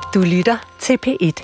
Du lytter til P1.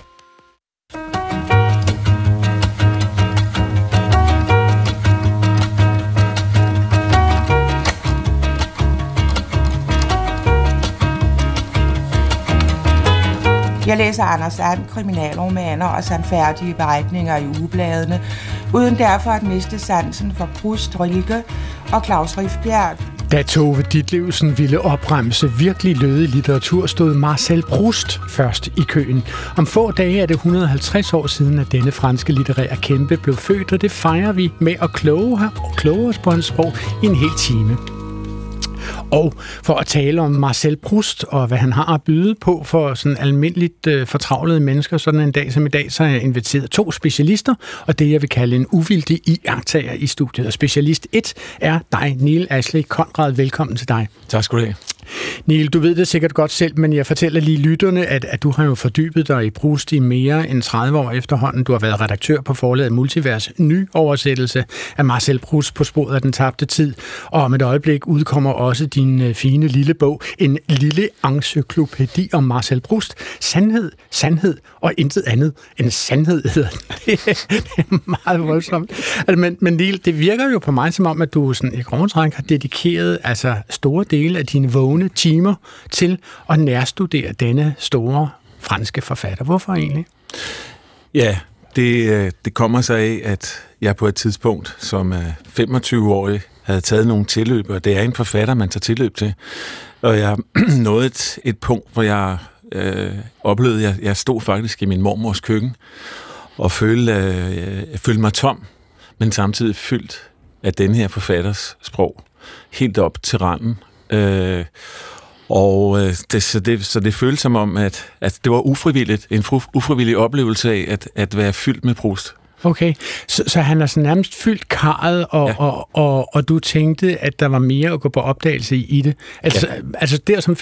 Jeg læser Anders And kriminalromaner og sandfærdige beretninger i ugebladene, uden derfor at miste sansen for Proust, Rilke og Claus Rifbjerg. Da Tove Ditlevsen ville opremse virkelig lødig litteratur, stod Marcel Proust først i køen. Om få dage er det 150 år siden, at denne franske litterære kæmpe blev født, og det fejrer vi med at kloge os på hans sprog i en hel time. Og for at tale om Marcel Proust og hvad han har at byde på for sådan almindeligt fortravlede mennesker, sådan en dag som i dag, så har jeg inviteret 2 specialister, og det jeg vil kalde en uvildig iagttager i studiet. Og specialist 1 er dig, Neil Ashley Conrad. Velkommen til dig. Tak skal du have. Neil, du ved det sikkert godt selv, men jeg fortæller lige lytterne, at du har jo fordybet dig i Proust i mere end 30 år efterhånden. Du har været redaktør på forlaget Multivers nyoversættelse af Marcel Proust på sporet af den tabte tid. Og om et øjeblik udkommer også din fine lille bog, en lille encyklopædi om Marcel Proust. Sandhed og intet andet end sandhed hedder det. Det er meget voldsomt. Altså, men Neil, det virker jo på mig som om, at du sådan i grove træk har dedikeret altså store dele af dine vågne timer til at nærstudere denne store franske forfatter. Hvorfor egentlig? Ja, det kommer sig af, at jeg på et tidspunkt som 25-årig havde taget nogle tilløb, og det er en forfatter, man tager tilløb til. Og jeg nåede et punkt, hvor jeg oplevede, at jeg stod faktisk i min mormors køkken og følte mig tom, men samtidig fyldt af den her forfatters sprog. Helt op til randen. Så det føltes som om, at det var ufrivilligt, en ufrivillig oplevelse af at være fyldt med Proust. Okay, så han er sådan nærmest fyldt karret, og du tænkte, at der var mere at gå på opdagelse i det. Altså der som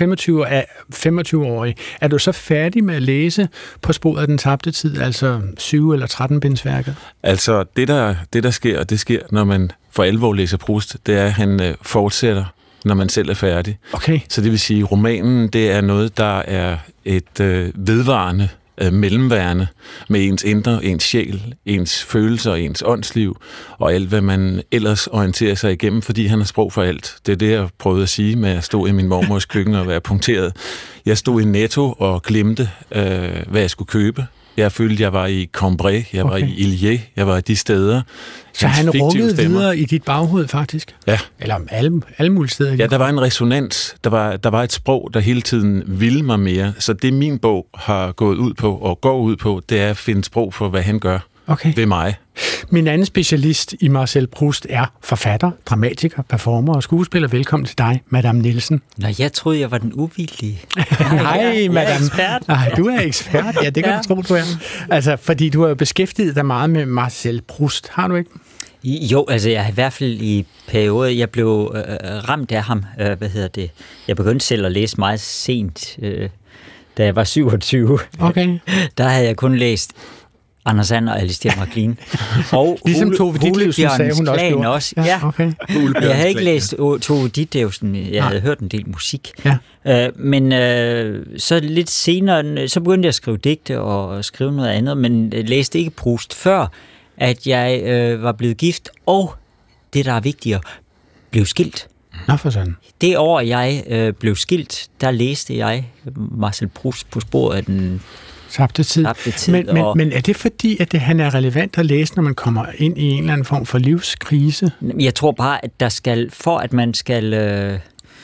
25-årig, er du så færdig med at læse på sporet af den tabte tid, altså 7 eller 13-bindsværket? Altså det der sker, og det sker, når man for alvor læser Proust, det er, at han fortsætter, når man selv er færdig. Okay. Så det vil sige, at romanen, det er noget, der er et vedvarende mellemværende med ens indre, ens sjæl, ens følelser, ens åndsliv og alt, hvad man ellers orienterer sig igennem, fordi han har sprog for alt. Det er det, jeg prøvede at sige med at stå i min mormors køkken og være punkteret. Jeg stod i Netto og glemte, hvad jeg skulle købe. Jeg følte, jeg var i Cambrai, jeg var i Illier, jeg var i de steder. Så han rummede videre i dit baghoved, faktisk? Ja. Eller alle mulige steder? Ja, der var en resonans. Der var et sprog, der hele tiden ville mig mere. Så det, min bog har gået ud på, og går ud på, det er at finde sprog for, hvad han gør ved mig. Min anden specialist i Marcel Proust er forfatter, dramatiker, performer og skuespiller. Velkommen til dig, Madame Nielsen. Nå, jeg troede, jeg var den uvildige. Nej, Madame. Jeg er ekspert. Nej, du er ekspert. Ja, det kan du tro, du er. Altså, fordi du har jo beskæftiget dig meget med Marcel Proust. Har du ikke? Jo, altså jeg har i hvert fald i perioder, jeg blev ramt af ham. Jeg begyndte selv at læse meget sent, da jeg var 27. Okay. Der havde jeg kun læst Anders And og Alistair MacLean. Og ligesom Tove Ditlevsen sagde hun også. Ja, okay. Jeg havde ikke læst Tove Ditlevsen, jeg havde hørt en del musik. Ja. Men så lidt senere, så begyndte jeg at skrive digte og skrive noget andet, men læste ikke Proust før, at jeg var blevet gift, og det, der er vigtigere, blev skilt. Nå for sådan. Det år, jeg blev skilt, der læste jeg Marcel Proust på sporet af den tabte tid. Men er det fordi, at han er relevant at læse, når man kommer ind i en eller anden form for livskrise? Jeg tror bare, at for at man skal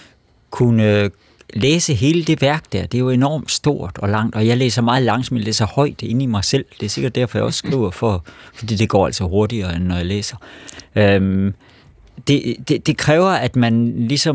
kunne læse hele det værk der, det er jo enormt stort og langt, og jeg læser meget langsomt, jeg læser højt inde i mig selv. Det er sikkert derfor, jeg også skriver, fordi det går altså hurtigere, end når jeg læser. Det kræver, at man ligesom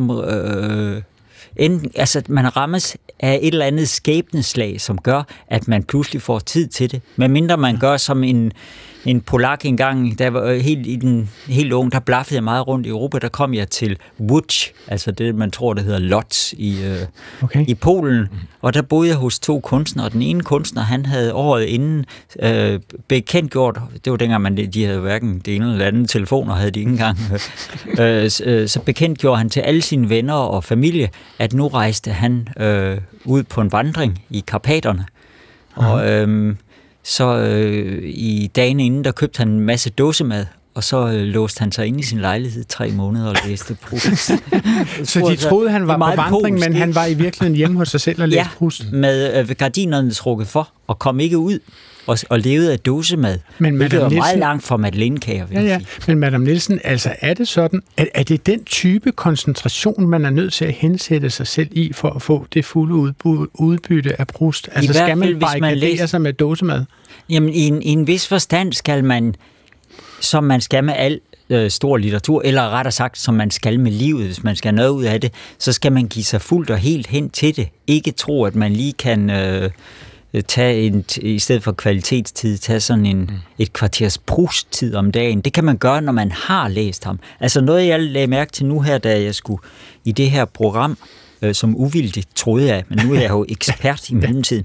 man rammes af et eller andet skæbneslag, som gør, at man pludselig får tid til det. Medmindre man gør som en polak engang, der var helt ung, der blaffede jeg meget rundt i Europa, der kom jeg til Łódź, altså det, man tror, det hedder Lodz i Polen, og der boede jeg hos 2 kunstnere, og den ene kunstner, han havde året inden bekendtgjort, det var dengang, de havde hverken det ene eller andet, telefoner havde de ikke engang, så bekendtgjorde han til alle sine venner og familie, at nu rejste han ud på en vandring i Karpaterne, Og så i dagen inden, der købte han en masse dåsemad, og så låste han sig inde i sin lejlighed 3 måneder og læste Proust. Så de troede, han var på vandring, men han var i virkeligheden hjemme hos sig selv og læste Proust? Med gardinerne trukket for, og kom ikke ud og levede af dåsemad. Men det var meget langt fra madeleinekager, vil jeg sige. Men Madame Nielsen, altså er det sådan, er det den type koncentration, man er nødt til at hensætte sig selv i, for at få det fulde udbytte af Proust? Altså skal man barrikadere sig med dåsemad? Jamen i en vis forstand skal man, som man skal med al stor litteratur, eller rettere sagt, som man skal med livet, hvis man skal have noget ud af det, så skal man give sig fuldt og helt hen til det. Ikke tro, at man lige kan tage i stedet for kvalitetstid, tage sådan et kvarters Proust-tid om dagen. Det kan man gøre, når man har læst ham. Altså noget, jeg lagde mærke til nu her, da jeg skulle i det her program, som uvildigt troede jeg, men nu er jeg jo ekspert i mellemtiden.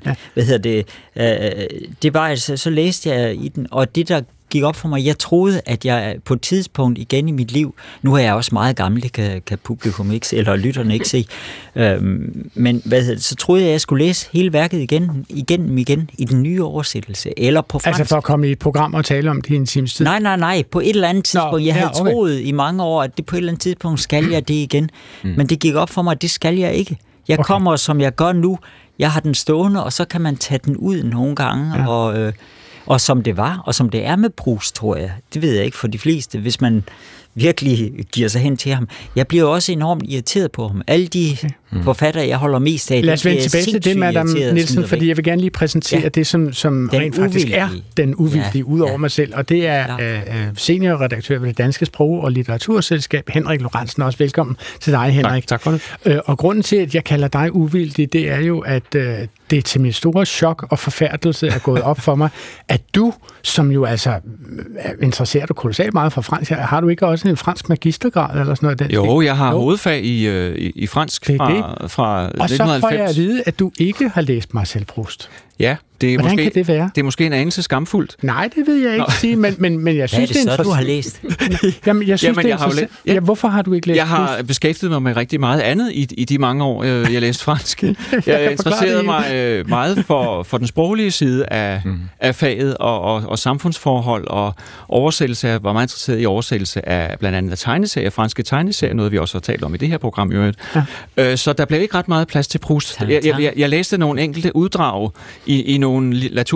Det var altså, så læste jeg i den, og det der gik op for mig, jeg troede, at jeg på et tidspunkt igen i mit liv, nu er jeg også meget gammel, det kan publikum ikke se, eller lytterne ikke se, men så troede jeg, at jeg skulle læse hele værket igen i den nye oversættelse, eller på fransk. Altså for at komme i et program og tale om det i en times tid? Nej, på et eller andet tidspunkt. Jeg havde troet i mange år, at det på et eller andet tidspunkt skal jeg det igen, men det gik op for mig, at det skal jeg ikke. Jeg kommer, som jeg gør nu, jeg har den stående, og så kan man tage den ud nogle gange, og som det var, og som det er med Proust, tror jeg, det ved jeg ikke for de fleste, hvis man virkelig giver sig hen til ham. Jeg bliver også enormt irriteret på ham. Alle de forfattere, jeg holder mest af. Lad os vende tilbage til det, Madame Nielsen, fordi jeg vil gerne lige præsentere det, som rent faktisk er den uvildige, ud over mig selv, og det er seniorredaktør ved det Danske Sprog- og Litteraturselskab, Henrik Lorentzen. Også velkommen til dig, Henrik. Tak for det. Og grunden til, at jeg kalder dig uvildig, det er jo, at det til min store chok og forfærdelse er gået op for mig, at du, som jo altså interesserer dig kolossalt meget for fransk, har du ikke også en fransk magistergrad eller sådan noget? Jo, jeg har hovedfag i fransk fra 1990. Og så får jeg at vide, at du ikke har læst Marcel Proust. Ja, hvordan kan det være? Det er måske en anelse skamfuldt. Nej, det vil jeg ikke sige, men jeg synes, det er interessant. Du har læst? Jamen, jeg synes, det er interessant. Ja, hvorfor har du ikke læst Jeg har beskæftiget mig med rigtig meget andet i de mange år, jeg læste fransk. Jeg interesserede mig meget for den sproglige side af faget og samfundsforhold og oversættelse. Jeg var meget interesseret i oversættelse af blandt andet tegneserier, franske tegneserier, noget vi også har talt om i det her program. Så der blev ikke ret meget plads til Proust. Jeg læste nogle enkelte uddrag i nogle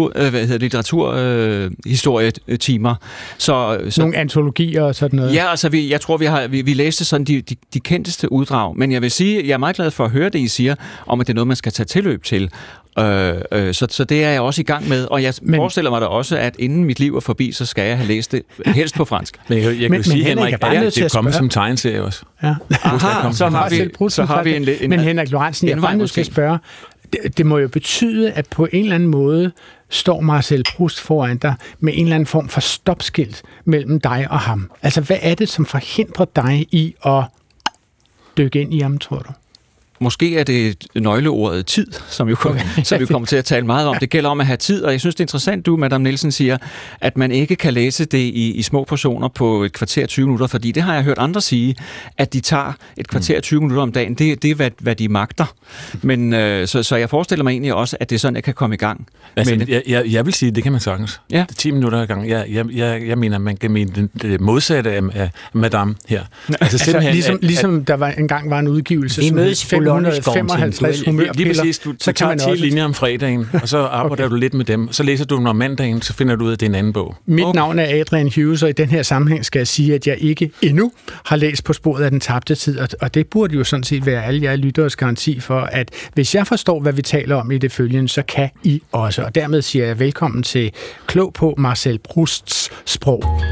litteraturhistorietimer. Så nogle antologier og sådan noget? Ja, altså jeg tror, vi læste sådan de kendteste uddrag, men jeg vil sige, jeg er meget glad for at høre det, I siger, om at det er noget, man skal tage tilløb til. Så det er jeg også i gang med, og jeg forestiller mig da også, at inden mit liv er forbi, så skal jeg have læst det helst på fransk. Men jeg kan sige, Henrik, at det er kommet som tegneserie også. Ja. Aha, så har vi en men Henrik Lorentzen, jeg er bare nødt til at spørge, det må jo betyde, at på en eller anden måde står Marcel Proust foran dig med en eller anden form for stopskilt mellem dig og ham. Altså, hvad er det, som forhindrer dig i at dykke ind i ham, tror du? Måske er det nøgleordet tid, som vi kommer til at tale meget om. Det gælder om at have tid, og jeg synes, det er interessant, du, Madame Nielsen, siger, at man ikke kan læse det i små portioner på et kvarter 20 minutter, fordi det har jeg hørt andre sige, at de tager et kvarter 20 minutter om dagen. Det er, hvad de magter. Men så jeg forestiller mig egentlig også, at det er sådan, jeg kan komme i gang. Altså, jeg vil sige, det kan man sagtens. Ja. 10 minutter ad gang. Jeg mener, man kan mene det modsatte af Madame her. Altså ligesom der engang var en udgivelse, som 555 humørpiller, så kan man 10 linjer om fredagen, og så arbejder du lidt med dem. Så læser du dem om mandagen, så finder du ud af, at det er en anden bog. Mit navn er Adrian Hughes, og i den her sammenhæng skal jeg sige, at jeg ikke endnu har læst På sporet af den tabte tid, og det burde jo sådan set være alle jer lytteres garanti for, at hvis jeg forstår, hvad vi taler om i det følgende, så kan I også. Og dermed siger jeg velkommen til Klog på Marcel Prousts sprog.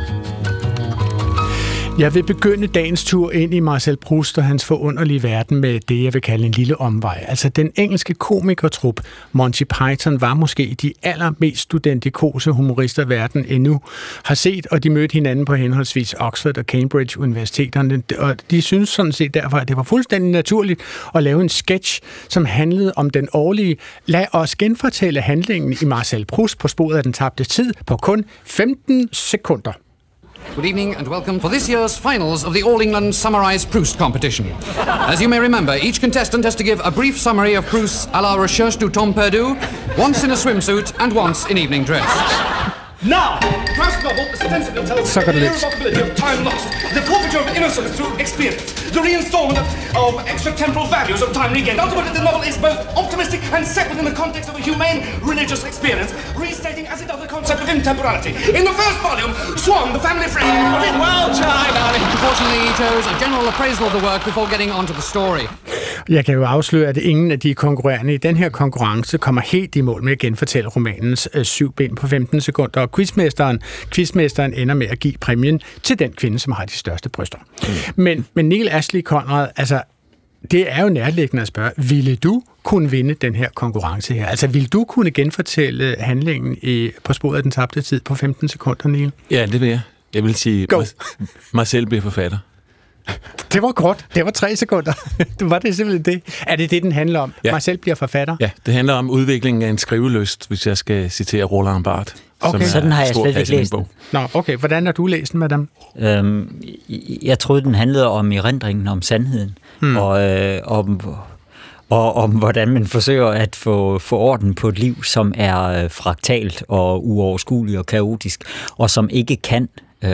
Jeg vil begynde dagens tur ind i Marcel Proust og hans forunderlige verden med det, jeg vil kalde en lille omvej. Altså, den engelske komikertrup Monty Python var måske de allermest studentikose humorister, verden endnu har set, og de mødte hinanden på henholdsvis Oxford og Cambridge universiteterne, og de synes sådan set derfor, at det var fuldstændig naturligt at lave en sketch, som handlede om den årlige "Lad os genfortælle handlingen i Marcel Proust på sporet af den tabte tid" på kun 15 sekunder. Good evening and welcome for this year's finals of the All England Summarised Proust competition. As you may remember, each contestant has to give a brief summary of Proust à la recherche du temps perdu, once in a swimsuit and once in evening dress. Now, Proust's novel ostensibly tells the irrevocability of time lost, the forfeiture of innocence through experience, the reinstallment of extratemporal values of time regained. Ultimately, the novel is both optimistic and set within the context of a humane religious experience, restating as it does the concept of intemporality. In the first volume, Swan, the family friend... Well tried, darling. Unfortunately, he chose a general appraisal of the work before getting onto the story. Jeg kan jo afsløre, at ingen af de konkurrerende i den her konkurrence kommer helt i mål med at genfortælle romanens 7 bind på 15 sekunder, og quizmesteren ender med at give præmien til den kvinde, som har de største bryster. Men Neil Ashley Conrad, altså, det er jo nærliggende at spørge, ville du kunne vinde den her konkurrence her? Altså, ville du kunne genfortælle handlingen på sporet af den tabte tid på 15 sekunder, Neil? Ja, det vil jeg. Jeg vil sige, mig selv bliver forfatter. Det var godt. Det var 3 sekunder. Var det simpelthen det? Er det det, den handler om? Ja. Mig selv bliver forfatter? Ja, det handler om udviklingen af en skrivelyst, hvis jeg skal citere Roland Barthes. Okay. Sådan har jeg slet ikke læst den. Nå, okay. Hvordan har du læst den, madame? Jeg troede, den handlede om erindringen, om sandheden. Og om hvordan man forsøger at få orden på et liv, som er fraktalt og uoverskueligt og kaotisk, og som ikke kan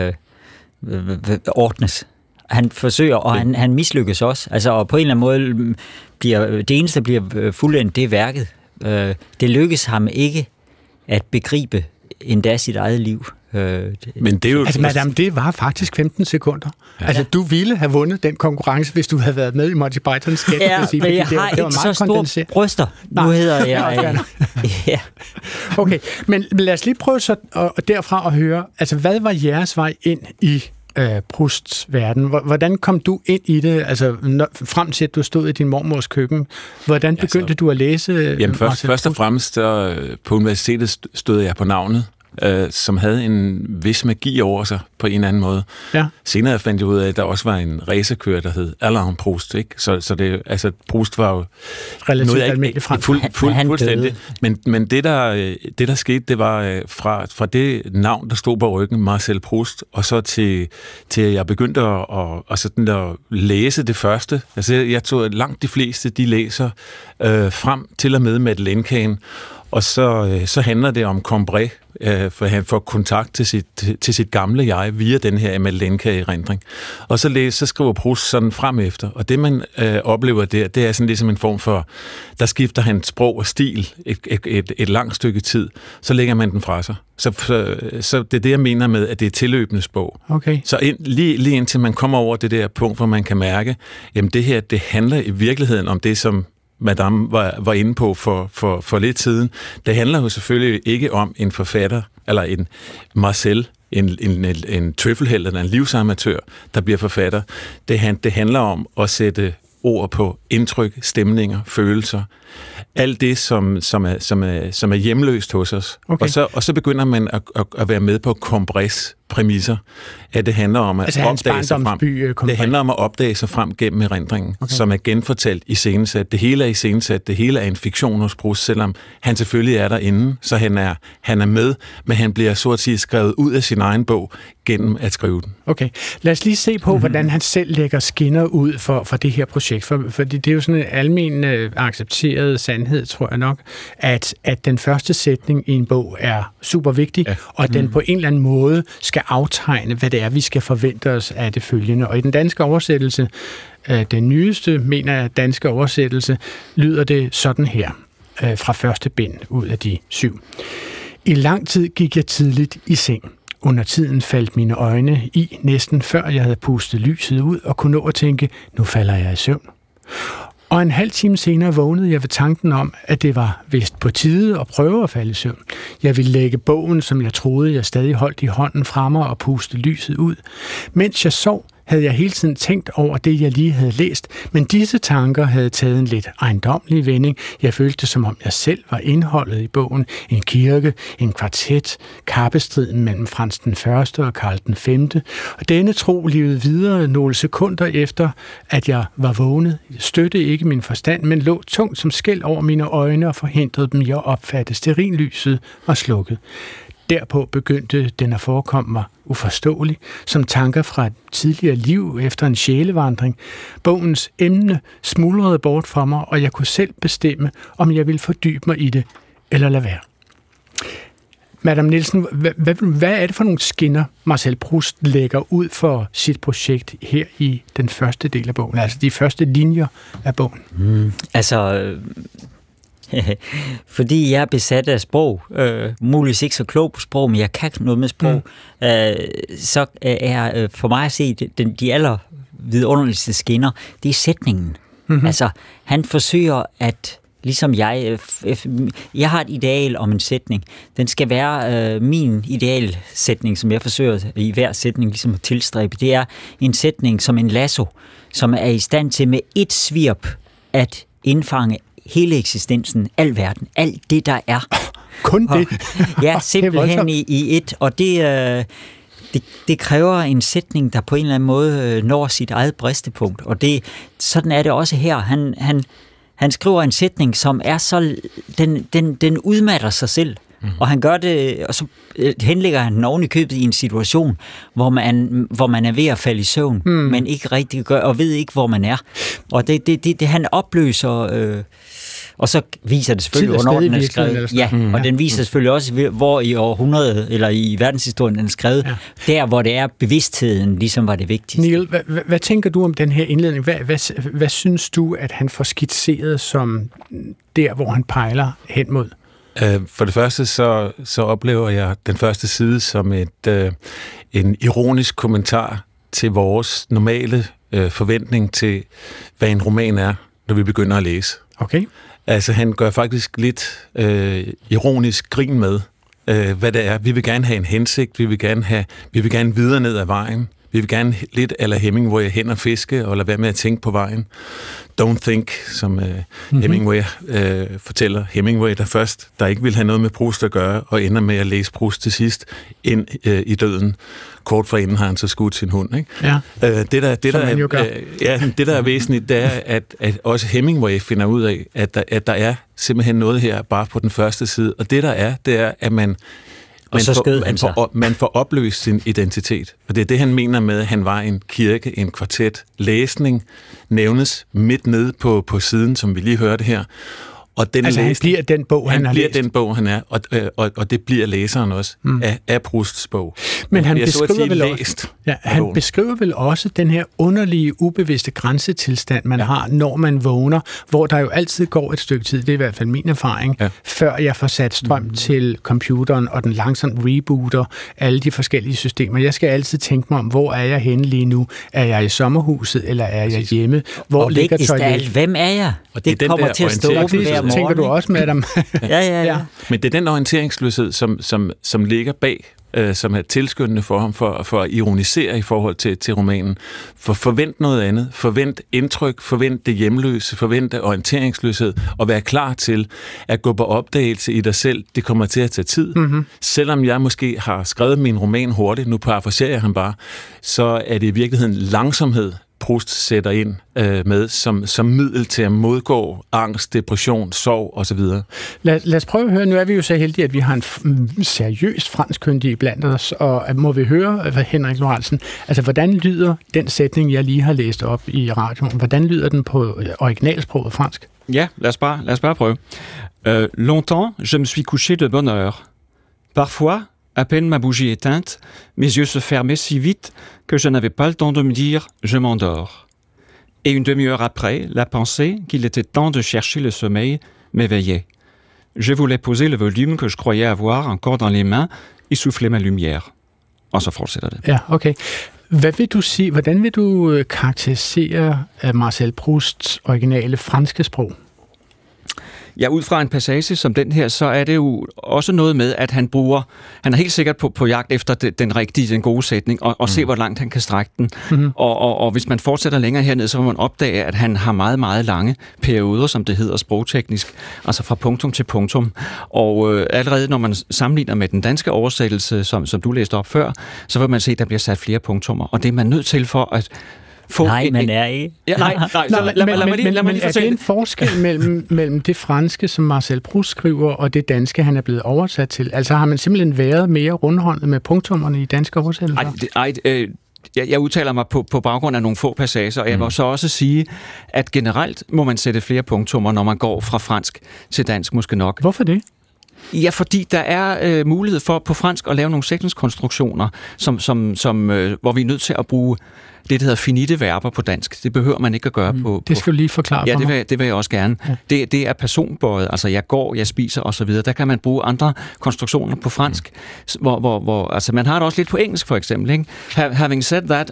ordnes. Han forsøger, og han mislykkes også. Altså, og på en eller anden måde bliver det eneste, der bliver fuldendt, det er værket. Det lykkes ham ikke at begribe endda sit eget liv. Men det er jo... Altså, madame, det var faktisk 15 sekunder. Ja. Altså, du ville have vundet den konkurrence, hvis du havde været med i Monty Python's sketch. Ja, men jeg har ikke så store bryster. Nu hedder jeg... Ja. Okay, men lad os lige prøve så derfra at høre, altså, hvad var jeres vej ind i Prousts verden? Hvordan kom du ind i det, altså frem til, at du stod i din mormors køkken? Hvordan begyndte du at læse? Jamen først og fremmest på universitetet stod jeg på navnet, som havde en vis magi over sig på en eller anden måde. Ja. Senere fandt jeg ud af, at der også var en racerkører, der hed Alain Proust, ikke? Så det, altså, Proust var jo relativt almindeligt fransk. Fuldstændig. Men det der skete, det var fra det navn, der stod på ryggen, Marcel Proust, og så til at jeg begyndte at læse det første. Altså, jeg tror, at langt de fleste, de læser frem til og med Madeleine-kagen, og så handler det om Combray, for han får kontakt til sit gamle jeg via den her Madeleine-kage-erindring. Og så skriver Proust sådan frem efter, og det man oplever der, det er sådan ligesom en form for, der skifter han sprog og stil et langt stykke tid, så lægger man den fra sig. Så det er det, jeg mener med, at det er tilløbende sprog. Okay. Så lige indtil man kommer over det der punkt, hvor man kan mærke, jamen det her, det handler i virkeligheden om det, som Madame var inde på for lidt siden. Det handler jo selvfølgelig ikke om en forfatter, eller en Marcel, en tøffelhelt eller en livsamatør, der bliver forfatter. Det handler om at sætte ord på indtryk, stemninger, følelser. Alt det, som er hjemløst hos os. Okay. Og så begynder man at være med på Combrays præmisser, at det handler om at opdage sig frem. Det handler om at opdage sig frem gennem erindringen, som er genfortalt, iscenesat. Det hele er iscenesat, det hele er en fiktion hos Proust, selvom han selvfølgelig er derinde, så han er med, men han bliver så at sige skrevet ud af sin egen bog gennem at skrive den. Okay, lad os lige se på, hvordan han selv lægger skinner ud for det her projekt, for det er jo sådan en almen accepteret sandhed, tror jeg nok, at den første sætning i en bog er super vigtig, og at den på en eller anden måde skal aftegne, hvad det er, vi skal forvente os af det følgende. Og i den danske oversættelse, den nyeste, mener jeg, danske oversættelse, lyder det sådan her, fra første bind ud af de 7. I lang tid gik jeg tidligt i seng. Under tiden faldt mine øjne i, næsten før jeg havde pustet lyset ud og kunne nå at tænke, nu falder jeg i søvn. Og en halv time senere vågnede jeg ved tanken om, at det var vist på tide at prøve at falde i søvn. Jeg ville lægge bogen, som jeg troede, jeg stadig holdt i hånden fra mig og puste lyset ud. Mens jeg sov, havde jeg hele tiden tænkt over det, jeg lige havde læst, men disse tanker havde taget en lidt ejendommelig vending. Jeg følte, som om jeg selv var indholdet i bogen. En kirke, en kvartet, kappestriden mellem Frans den 1. og Karl den 5. Og denne tro levede videre nogle sekunder efter, at jeg var vågnet. Jeg støtte ikke min forstand, men lå tungt som skæld over mine øjne og forhindrede dem i at opfatte. Stearinlyset var slukket. derpå begyndte den at forekomme mig uforståelig, som tanker fra et tidligere liv efter en sjælevandring. Bogens emne smuldrede bort fra mig, og jeg kunne selv bestemme, om jeg ville fordybe mig i det, eller lade være. Madame Nielsen, hvad er det for nogle skinner, Marcel Proust lægger ud for sit projekt her i den første del af bogen, altså de første linjer af bogen? Fordi jeg er besat af sprog, muligvis ikke så klog på sprog, men jeg kan noget med sprog, så er for mig at se de aller vidunderligste skinner, det er sætningen. Mm-hmm. Altså, han forsøger at, ligesom jeg har et ideal om en sætning. Den skal være min idealsætning, som jeg forsøger i hver sætning ligesom at tilstræbe. Det er en sætning som en lasso, som er i stand til med et svirp at indfange hele eksistensen, al verden, alt det, der er. Kun det? Ja, simpelthen i et. Og det kræver en sætning, der på en eller anden måde når sit eget bristepunkt. Og sådan er det også her. Han skriver en sætning, som er så... Den udmatter sig selv. Og han gør det, og så henlægger han den oven i købet i en situation, hvor man er ved at falde i søvn, men ikke rigtig gør, og ved ikke, hvor man er. Og det han opløser... og så viser det selvfølgelig, hvornår den er skrevet. Ja, og den viser selvfølgelig også, hvor i århundredet, eller i verdenshistorien, den er skrevet. Ja. Der, hvor det er bevidstheden, ligesom var det vigtigste. Neil, hvad tænker du om den her indledning? Hvad synes du, at han får skitseret som der, hvor han pejler hen mod? For det første, så oplever jeg den første side som en ironisk kommentar til vores normale forventning til, hvad en roman er, når vi begynder at læse. Okay. Altså, han gør faktisk lidt ironisk grin med, hvad det er. Vi vil gerne have en hensigt, vi vil gerne videre ned ad vejen. Vi vil gerne lidt eller Hemingway hen og fiske og lade være med at tænke på vejen. Don't think, som Hemingway fortæller. Hemingway, der ikke vil have noget med Proust at gøre, og ender med at læse Proust til sidst ind i døden. Kort forinden har han så skudt sin hund. Ikke? Ja. Det der er væsentligt, det er, at også Hemingway finder ud af, at der er simpelthen noget her bare på den første side. Og det er, at man får opløst sin identitet. Og det er det, han mener med, at han var en kirke, en kvartet. Læsning nævnes midt nede på siden, som vi lige hørte her. Og den altså han bliver den bog, han har læst. Den bog, han er, og det bliver læseren også af Prousts bog. Men han beskriver vel også den her underlige, ubevidste grænsetilstand, man har, når man vågner, hvor der jo altid går et stykke tid, det er i hvert fald min erfaring, før jeg får sat strøm til computeren, og den langsomt rebooter alle de forskellige systemer. Jeg skal altid tænke mig om, hvor er jeg henne lige nu? Er jeg i sommerhuset, eller er jeg hjemme? Hvor ligger toilettet? Hvem er jeg? Og det kommer til at stå hver morgen. Tænker du også med dem? Ja. Men det er den orienteringsløshed, som ligger bag, som er tilskyndende for ham for at ironisere i forhold til romanen. For forvent noget andet. Forvent indtryk, forvent det hjemløse, forvent orienteringsløshed, og være klar til at gå på opdagelse i dig selv. Det kommer til at tage tid. Mm-hmm. Selvom jeg måske har skrevet min roman hurtigt, nu parafraserer jeg ham bare, så er det i virkeligheden langsomhed, Proust sætter ind med som middel til at modgå angst, depression, sorg osv. Lad os prøve at høre. Nu er vi jo så heldige, at vi har en seriøs franskkyndig blandt os, og må vi høre Henrik Lorentzen, altså hvordan lyder den sætning, jeg lige har læst op i radioen, hvordan lyder den på originalsproget fransk? Ja, lad os bare prøve. Longtemps, je me suis couché de bonne heure. Parfois, à peine ma bougie éteinte, mes yeux se fermaient si vite que je n'avais pas le temps de me dire « je m'endors ». Et une demi-heure après, la pensée qu'il était temps de chercher le sommeil m'éveillait. Je voulais poser le volume que je croyais avoir encore dans les mains et souffler ma lumière. Og så fortsætter det. Ja, okay. Hvad vil du sige, hvordan vil du karakterisere Marcel Prousts originale franske sprog? Ja, ud fra en passage som den her, så er det jo også noget med, at han er helt sikkert på jagt efter den gode sætning, og se, hvor langt han kan strække den. Mm-hmm. Og hvis man fortsætter længere herned, så vil man opdage, at han har meget, meget lange perioder, som det hedder sprogteknisk, altså fra punktum til punktum. Og allerede når man sammenligner med den danske oversættelse, som du læste op før, så vil man se, at der bliver sat flere punktummer. Og det er man nødt til for få... Nej, man er ikke. Ja, nej, lad mig lige er det en forskel mellem det franske, som Marcel Proust skriver, og det danske, han er blevet oversat til? Altså har man simpelthen været mere rundhåndet med punktummerne i danske oversættelser? Jeg udtaler mig på baggrund af nogle få passager, og jeg vil så også sige, at generelt må man sætte flere punktummer, når man går fra fransk til dansk, måske nok. Hvorfor det? Ja, fordi der er mulighed for på fransk at lave nogle sætningskonstruktioner, hvor vi er nødt til at bruge det, der hedder finitte verber på dansk. Det behøver man ikke at gøre på... Det skal du lige forklare for mig. Det vil jeg også gerne. Ja. Det er personbøjet, altså jeg går, jeg spiser osv. Der kan man bruge andre konstruktioner på fransk, hvor altså man har det også lidt på engelsk for eksempel. Ikke? Having said that,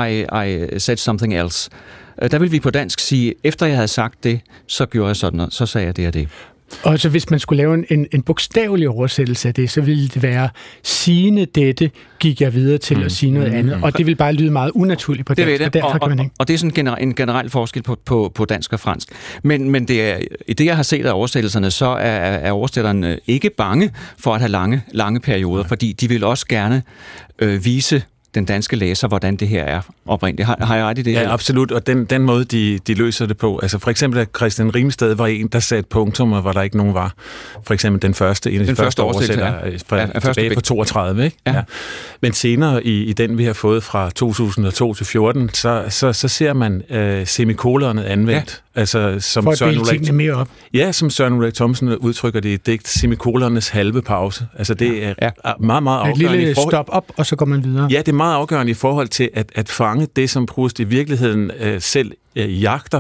I said something else. Der vil vi på dansk sige, efter jeg havde sagt det, så gjorde jeg sådan, og så sagde jeg det og det. Og så hvis man skulle lave en bogstavelig oversættelse af det, så ville det være, sigende dette gik jeg videre til at sige noget andet, og det vil bare lyde meget unaturligt på dansk, og derfor kan man ikke. Og det er sådan en generel forskel på dansk og fransk. Men det er, i det, jeg har set af oversættelserne, så er oversætterne ikke bange for at have lange perioder, fordi de vil også gerne vise den danske læser, hvordan det her er oprindeligt. Har jeg ret i det? Ja, absolut, og den måde, de løser det på. Altså for eksempel, at Christian Rimsted var en, der satte punktummer, hvor der ikke nogen var. For eksempel en af de første oversættere tilbage fra 32, ikke? Ja. Ja. Men senere i den, vi har fået fra 2002 til 14, så ser man semikolonet anvendt. Ja. Altså, som for at dele tingene mere op. Ja, som Søren Ulrik Thomsen udtrykker det i et digt, semikolonernes halve pause. Altså det er meget, meget afgørende. Et lille stop op, og så går man videre. Ja, det er meget afgørende i forhold til at fange det, som Proust i virkeligheden selv jagter.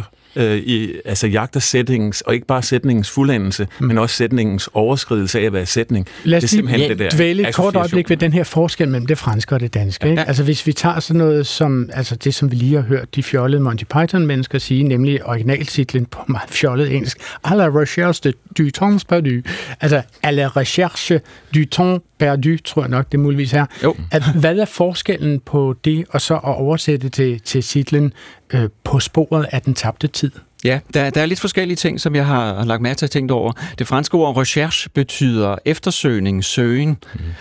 Jagter sætningens, og ikke bare sætningens fuldendelse, men også sætningens overskridelse af at være sætning. Lad os lige dvæle et kort øjeblik ved den her forskel mellem det franske og det danske. Ikke? Altså hvis vi tager sådan noget som, altså det som vi lige har hørt de fjollede Monty Python-mennesker sige, nemlig originaltitlen på meget fjollet engelsk, à la recherche du temps perdu. Altså, à la recherche du temps perdu, tror jeg nok, det muligvis er. Hvad er forskellen på det, og så at oversætte til titlen På sporet af den tabte tid? Ja, der er lidt forskellige ting, som jeg har lagt mærke til at tænke over. Det franske ord recherche betyder eftersøgning, søgen,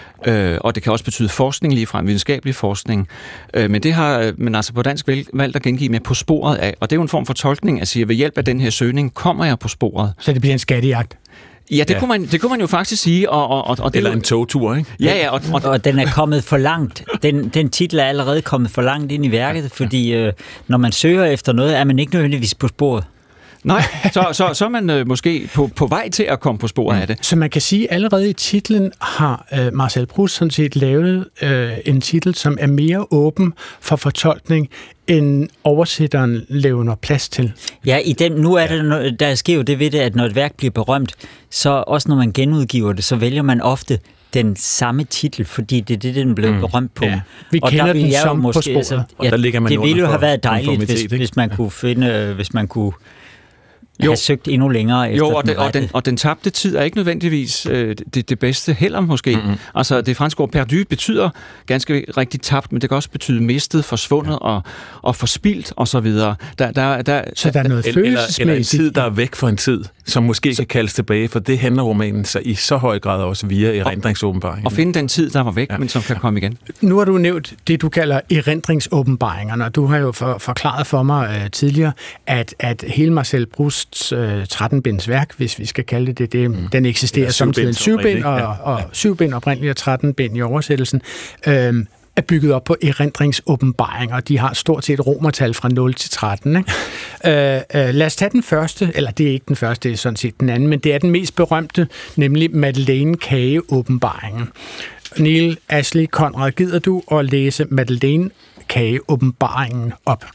og det kan også betyde forskning, ligefrem videnskabelig forskning. Men det har man altså på dansk valgt at gengive med på sporet af, og det er jo en form for tolkning at sige, ved hjælp af den her søgning kommer jeg på sporet. Så det bliver en skattejagt? Ja, det kunne man jo faktisk sige. Og det eller en togtur, ikke? Ja. Og den er kommet for langt. Den titel er allerede kommet for langt ind i værket, fordi når man søger efter noget, er man ikke nødvendigvis på sporet. Nej, så er man måske på vej til at komme på sporet af det. Så man kan sige, at allerede i titlen har Marcel Proust sådan set lavet en titel, som er mere åben for fortolkning, end oversætteren levner plads til. Ja, nu er der sker jo det ved det, at når et værk bliver berømt, så også når man genudgiver det, så vælger man ofte den samme titel, fordi det er det, den blev berømt på. Ja. Vi og kender der den som måske, på sporet. Altså, og der ligger man det ville jo have været dejligt, hvis man kunne finde, hvis man kunne have søgt endnu længere efter og den tabte tid er ikke nødvendigvis det bedste heller måske. Mm-hmm. Altså det franske ord perdu betyder ganske rigtigt tabt, men det kan også betyde mistet, forsvundet og forspildt og så videre. Så der er noget følelsesmæssigt. Eller en tid, der er væk fra en tid, som måske kan kaldes tilbage, for det handler romanen så i så høj grad også via erindringsåbenbaringen. Og finde den tid, der var væk, men som kan komme igen. Nu har du nævnt det, du kalder erindringsåbenbaringerne, og du har jo forklaret for mig tidligere, at hele Marcel Prousts 13-binds værk, hvis vi skal kalde det, den eksisterer samtidig 7-bind og 7-bind oprindeligt og 13-bind i oversættelsen, er bygget op på erindringsåbenbaringer. De har stort set romertal fra 0 til 13. Ikke? Lad os tage den første, eller det er ikke den første, det er sådan set den anden, men det er den mest berømte, nemlig Madeleine-kage-åbenbaringen. Neil Ashley Conrad, gider du at læse Madeleine-kage-åbenbaringen op?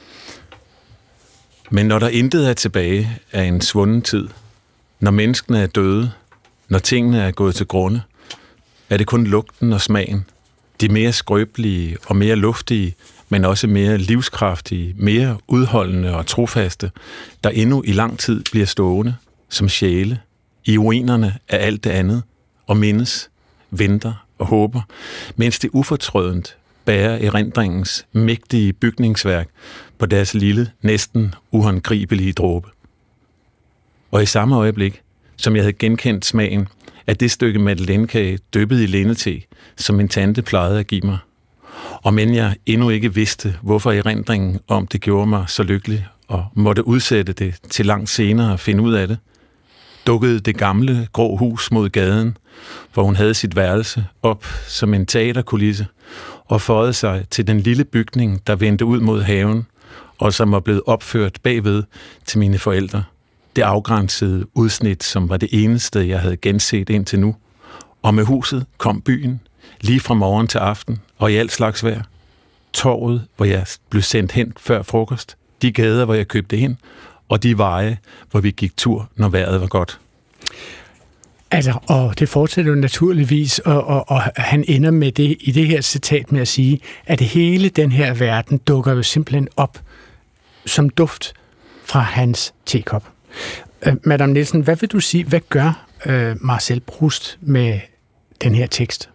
Men når der intet er tilbage af en svunden tid, når menneskene er døde, når tingene er gået til grunde, er det kun lugten og smagen, de mere skrøbelige og mere luftige, men også mere livskraftige, mere udholdende og trofaste, der endnu i lang tid bliver stående som sjæle i ruinerne af alt det andet, og mindes, venter og håber, mens det ufortrødent bærer erindringens mægtige bygningsværk på deres lille, næsten uhåndgribelige dråbe. Og i samme øjeblik, som jeg havde genkendt smagen af det stykke madeleinekage dyppet i lindete, som min tante plejede at give mig, Og men jeg endnu ikke vidste, hvorfor erindringen om det gjorde mig så lykkelig, og måtte udsætte det til langt senere at finde ud af det, dukkede det gamle grå hus mod gaden, hvor hun havde sit værelse, op som en teaterkulisse, og føjede sig til den lille bygning, der vendte ud mod haven, og som var blevet opført bagved til mine forældre. Det afgrænsede udsnit, som var det eneste, jeg havde genset indtil nu. Og med huset kom byen, lige fra morgen til aften, og i alt slags vejr. Torvet, hvor jeg blev sendt hen før frokost, de gader, hvor jeg købte ind, og de veje, hvor vi gik tur, når vejret var godt. Altså, og det fortsætter jo naturligvis, og han ender med det i det her citat med at sige, at hele den her verden dukker jo simpelthen op som duft fra hans tekop. Madame Nielsen, hvad vil du sige, hvad gør Marcel Proust med den her tekst?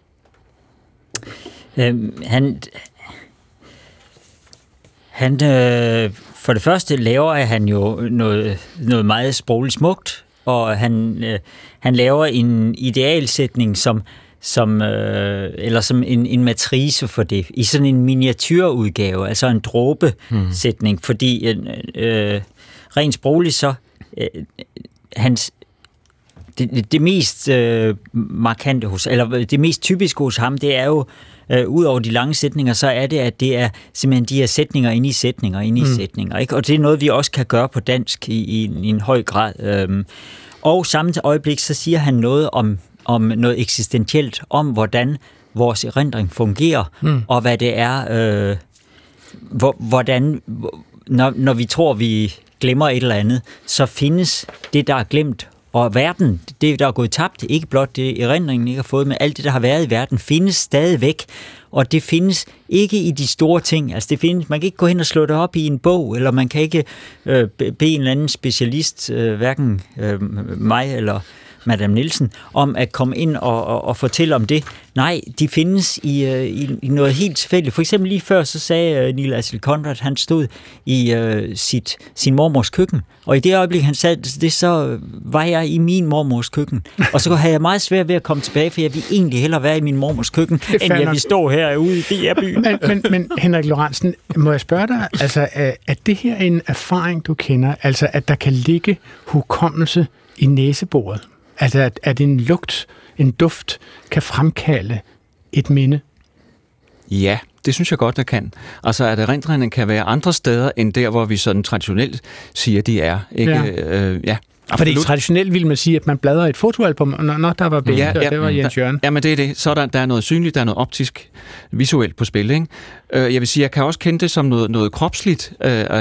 Han for det første laver han jo noget meget sprogligt smukt, og han laver en idealsætning som en matrice for det, i sådan en miniatyrudgave, altså en dråbesætning, fordi rent sprogligt så det mest markante hos, eller det mest typiske hos ham, det er jo ud over de lange sætninger, så er det, at det er simpelthen de her sætninger inde i sætninger, ikke? Og det er noget, vi også kan gøre på dansk i en høj grad. Og samme øjeblik, så siger han noget om noget eksistentielt, om hvordan vores erindring fungerer, og hvad det er, hvordan, når vi tror, vi glemmer et eller andet, så findes det, der er glemt, og verden, det der er gået tabt, ikke blot det erindringen ikke har fået, men alt det, der har været i verden, findes stadigvæk, og det findes ikke i de store ting. Altså det findes, man kan ikke gå hen og slå det op i en bog, eller man kan ikke bede en eller anden specialist, hverken mig eller Madame Nielsen, om at komme ind og fortælle om det. Nej, de findes i noget helt tilfældigt. For eksempel lige før, så sagde Neil Astle Conrad, han stod i sin mormors køkken, og i det øjeblik, han sagde det, så var jeg i min mormors køkken. Og så havde jeg meget svært ved at komme tilbage, for jeg ville egentlig hellere være i min mormors køkken, end jeg ville stå herude i DR-byen. Men Henrik Lorentzen, må jeg spørge dig, altså, er det her en erfaring, du kender? Altså, at der kan ligge hukommelse i næsebordet? Altså, at en lugt, en duft, kan fremkalde et minde? Ja, det synes jeg godt, der kan. Altså, at erindringen kan være andre steder, end der, hvor vi sådan traditionelt siger, de er. Ikke? Ja. Fordi traditionelt ville man sige, at man bladrer et fotoalbum, når der var billeder, og det var Jens Jørgen. Ja, men det er det. Så der er noget synligt, der er noget optisk, visuelt på spil, ikke? Jeg vil sige, jeg kan også kende det som noget kropsligt,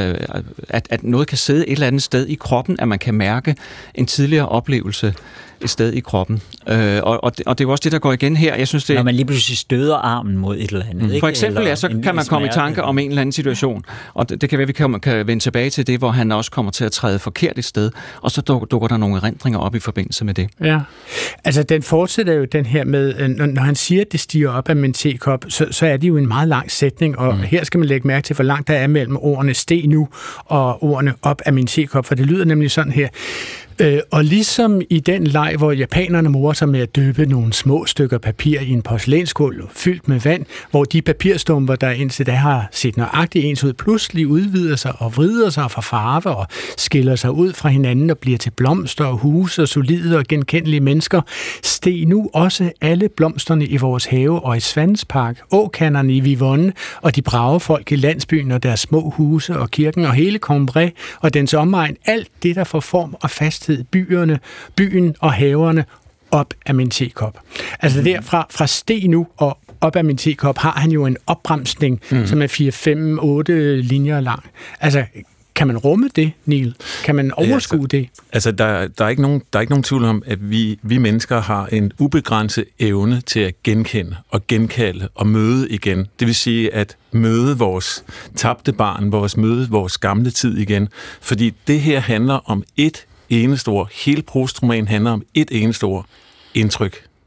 at noget kan sidde et eller andet sted i kroppen, at man kan mærke en tidligere oplevelse et sted i kroppen. Og det er jo også det, der går igen her. Jeg synes, det når man lige pludselig støder armen mod et eller andet. Ikke? For eksempel, ja, så kan man komme i tanke om en eller anden situation. Og det kan være, vi kan vende tilbage til det, hvor han også kommer til at træde forkert et sted, og så dukker der nogle erindringer op i forbindelse med det. Ja, altså den fortsætter jo den her med, når han siger, at det stiger op af min tekop, så er det jo en meget lang sætning, og her skal man lægge mærke til, hvor langt der er mellem ordene steg nu og ordene op af min tekop, for det lyder nemlig sådan her. Og ligesom i den leg, hvor japanerne morer sig med at døbe nogle små stykker papir i en porcelænsskål fyldt med vand, hvor de papirstumper, der indtil da har set nøjagtigt ens ud, pludselig udvider sig og vrider sig fra farve og skiller sig ud fra hinanden og bliver til blomster og huse og solide og genkendelige mennesker, steg nu også alle blomsterne i vores have og i Svanspark, åkanderne i Vivonne og de brave folk i landsbyen og deres små huse og kirken og hele Cambrai og dens omegn, alt det, der får form og fasthed, byen og haverne op af min tekop. Altså derfra fra steg nu og op af min tekop har han jo en opbremsning, som er 4, 5, 8 linjer lang. Altså, kan man rumme det, Neil? Kan man overskue det? Altså, der er ikke nogen tvivl om, at vi mennesker har en ubegrænset evne til at genkende og genkalde og møde igen. Det vil sige, at møde vores tabte barn, møde vores gamle tid igen. Fordi det her handler om et eneste ord. Hele Proust-romanen handler om et eneste ord. Indtryk.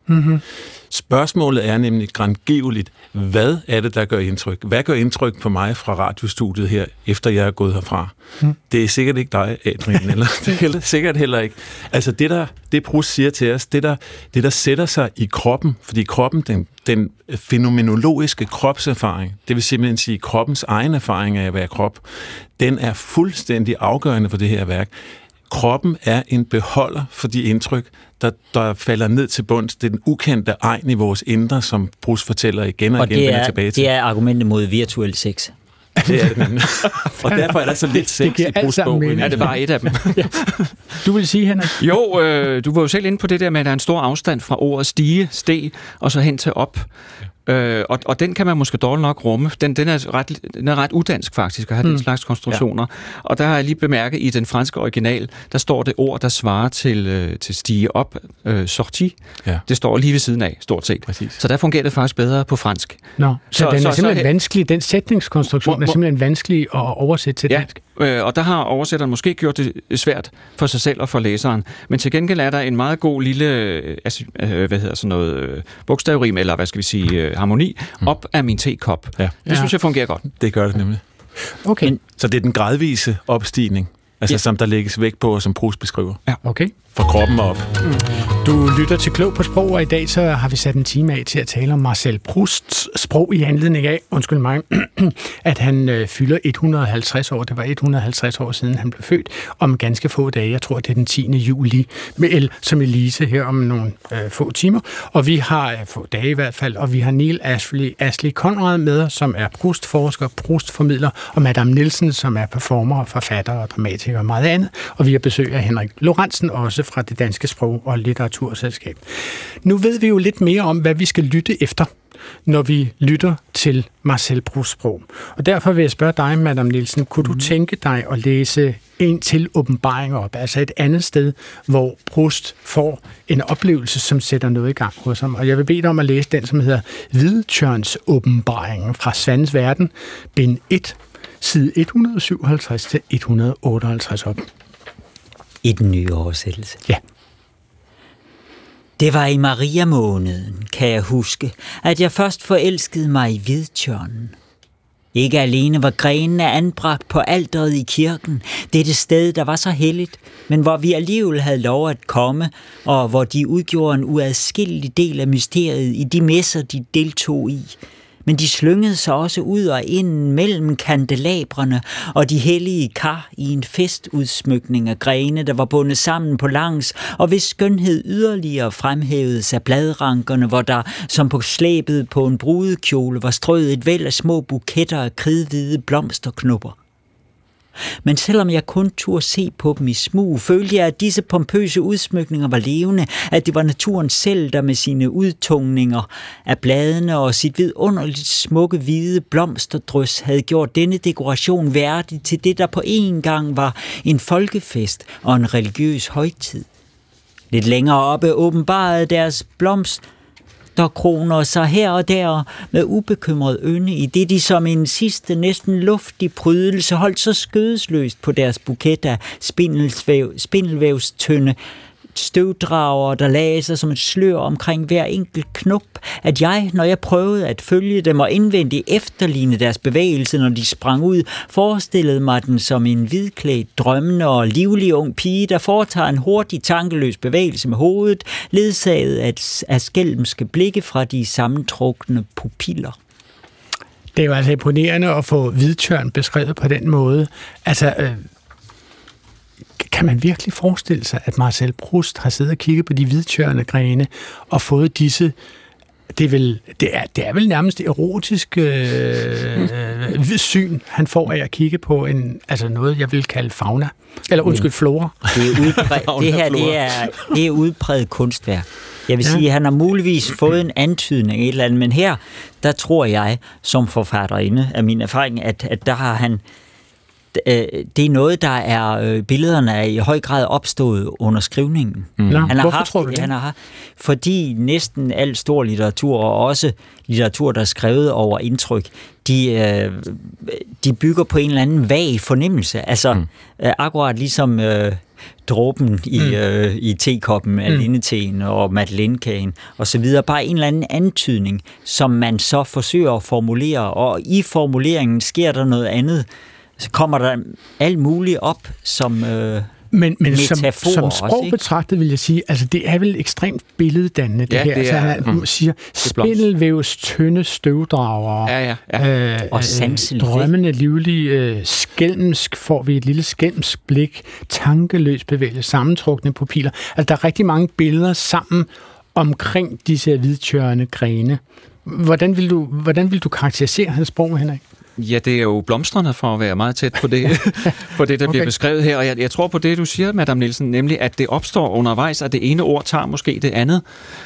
Mm-hmm. Spørgsmålet er nemlig grandgiveligt, hvad er det, der gør indtryk? Hvad gør indtryk på mig fra radiostudiet her, efter jeg er gået herfra? Det er sikkert ikke dig, Adrian, eller det er sikkert heller ikke. Altså det Proust siger til os, det der sætter sig i kroppen, fordi kroppen, den fænomenologiske kropserfaring, det vil simpelthen sige kroppens egen erfaring af at være krop, den er fuldstændig afgørende for det her værk. Kroppen er en beholder for de indtryk, der falder ned til bunds. Det er den ukendte egen i vores indre, som Proust fortæller igen og igen vender tilbage til. Det er argumentet mod virtuel sex. Det er det nemlig. Og derfor er der så lidt sex i Proust-bogen. Er det bare et af dem? Ja. Du vil sige, Henrik? Jo, du var jo selv inde på det der med, at der er en stor afstand fra ordet stige, steg, og så hen til op. Og den kan man måske dårligt nok rumme. Den er ret udansk faktisk at have den slags konstruktioner. Ja. Og der har jeg lige bemærket, i den franske original, der står det ord, der svarer til stige op, sorti. Ja. Det står lige ved siden af, stort set. Præcis. Så der fungerer det faktisk bedre på fransk. Så den er simpelthen vanskelig, den sætningskonstruktion er simpelthen vanskelig at oversætte til dansk. Og der har oversætteren måske gjort det svært for sig selv og for læseren. Men til gengæld er der en meget god lille, bogstavrim, eller hvad skal vi sige, harmoni, op af min tekop. Ja. Det synes jeg fungerer godt. Det gør det nemlig. Okay. Så det er den gradvise opstigning, som der lægges vægt på, og som Proust beskriver. Ja, okay. Fra kroppen op. Du lytter til Klog på Sprog, og i dag så har vi sat en time af til at tale om Marcel Prousts sprog i anledning af, at han fylder 150 år. Det var 150 år siden, han blev født, om ganske få dage. Jeg tror, det er den 10. juli, med L som Elise her om nogle få timer. Og vi har, få dage i hvert fald, og vi har Neil Ashley Conrad med, som er Proust-forsker, Proust-formidler, og Madame Nielsen, som er performer, forfatter og dramatiker og meget andet. Og vi har besøg af Henrik Lorentzen, også fra det Danske Sprog- og Litteraturselskab. Nu ved vi jo lidt mere om, hvad vi skal lytte efter, når vi lytter til Marcel Prousts sprog. Og derfor vil jeg spørge dig, Madame Nielsen, kunne du tænke dig at læse en til åbenbaring op, altså et andet sted, hvor Proust får en oplevelse, som sætter noget i gang hos ham. Og jeg vil bede dig om at læse den, som hedder Hvidtjørns åbenbaringen fra Svandes Verden, bind 1, side 157 til 158 op. I den nye oversættelse. Ja. Det var i Maria-måneden, kan jeg huske, at jeg først forelskede mig i hvidtjørnen. Ikke alene var grenene anbragt på alteret i kirken, dette sted, der var så helligt, men hvor vi alligevel havde lov at komme, og hvor de udgjorde en uadskillelig del af mysteriet i de messer, de deltog i. Men de slyngede sig også ud og ind mellem kandelabrene og de hellige kar i en festudsmykning af grene, der var bundet sammen på langs, og hvis skønhed yderligere fremhævedes af bladrankerne, hvor der, som på slæbet på en brudekjole, var strøget et væld af små buketter af kridhvide blomsterknupper. Men selvom jeg kun turde se på dem i smug, følte jeg, at disse pompøse udsmykninger var levende, at det var naturen selv, der med sine udtungninger af bladene og sit vidunderligt smukke hvide blomsterdrys havde gjort denne dekoration værdig til det, der på en gang var en folkefest og en religiøs højtid. Lidt længere oppe åbenbarede deres der kroner sig her og der med ubekymret ynde, i det de som en sidste næsten luftig prydelse holdt så skødesløst på deres buket af spindelvævstynde støvdrager, der lagde sig som et slør omkring hver enkelt knop, at jeg, når jeg prøvede at følge dem og indvendigt efterligne deres bevægelse, når de sprang ud, forestillede mig den som en hvidklædt, drømmende og livlig ung pige, der foretager en hurtig, tankeløs bevægelse med hovedet, ledsaget af skælmske blikke fra de sammentrukne pupiller. Det er jo altså imponerende at få hvidtjørn beskrevet på den måde. Altså, kan man virkelig forestille sig, at Marcel Proust har siddet og kigget på de hvidtjørne grene og fået disse, det er vel nærmest erotisk syn, han får af at kigge på noget, jeg vil kalde fauna. Eller undskyld, flora. Det er udpræget kunstværk. Jeg vil sige, at han har muligvis fået en antydning af et eller andet, men her, der tror jeg, som forfatterinde af min erfaring, at der har han det er noget, der er billederne er i høj grad opstået under skrivningen. Hvorfor tror du det? Fordi næsten al stor litteratur, og også litteratur, der er skrevet over indtryk, de bygger på en eller anden vag fornemmelse. Altså, akkurat ligesom dråben i tekoppen af lindeteen og madeleinekagen og så videre. Bare en eller anden antydning, som man så forsøger at formulere, og i formuleringen sker der noget andet. Så kommer der alt muligt op som Men metafor som sprog også, betragtet vil jeg sige, altså det er vel ekstremt billeddannende, det her. Altså, han siger, spindelvævs tynde støvdragere, og sanseligt. Drømmende livlige, skælmsk får vi et lille skælmsk blik, tankeløs bevægelse, sammentrukne pupiller. Altså der er rigtig mange billeder sammen omkring disse hvidtjørne grene. Hvordan vil du karakterisere hans sprog, Henrik? Ja, det er jo blomstrende for at være meget tæt på det, på det der bliver beskrevet her. Og jeg tror på det, du siger, Madame Nielsen, nemlig at det opstår undervejs, at det ene ord tager måske det andet,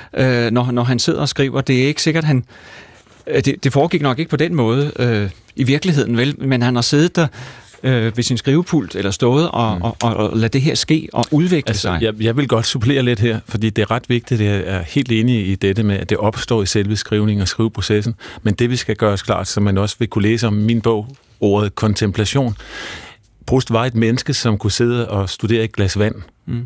når han sidder og skriver. Det er ikke sikkert, det foregik nok ikke på den måde i virkeligheden, vel, men han har siddet der ved sin skrivepult eller stået og lade det her ske og udvikle sig. Jeg vil godt supplere lidt her, fordi det er ret vigtigt, jeg er helt enig i dette med, at det opstår i selve skrivningen og skriveprocessen, men det vi skal gøre os klart, så man også vil kunne læse om min bog, ordet kontemplation. Proust var et menneske, som kunne sidde og studere et glas vand,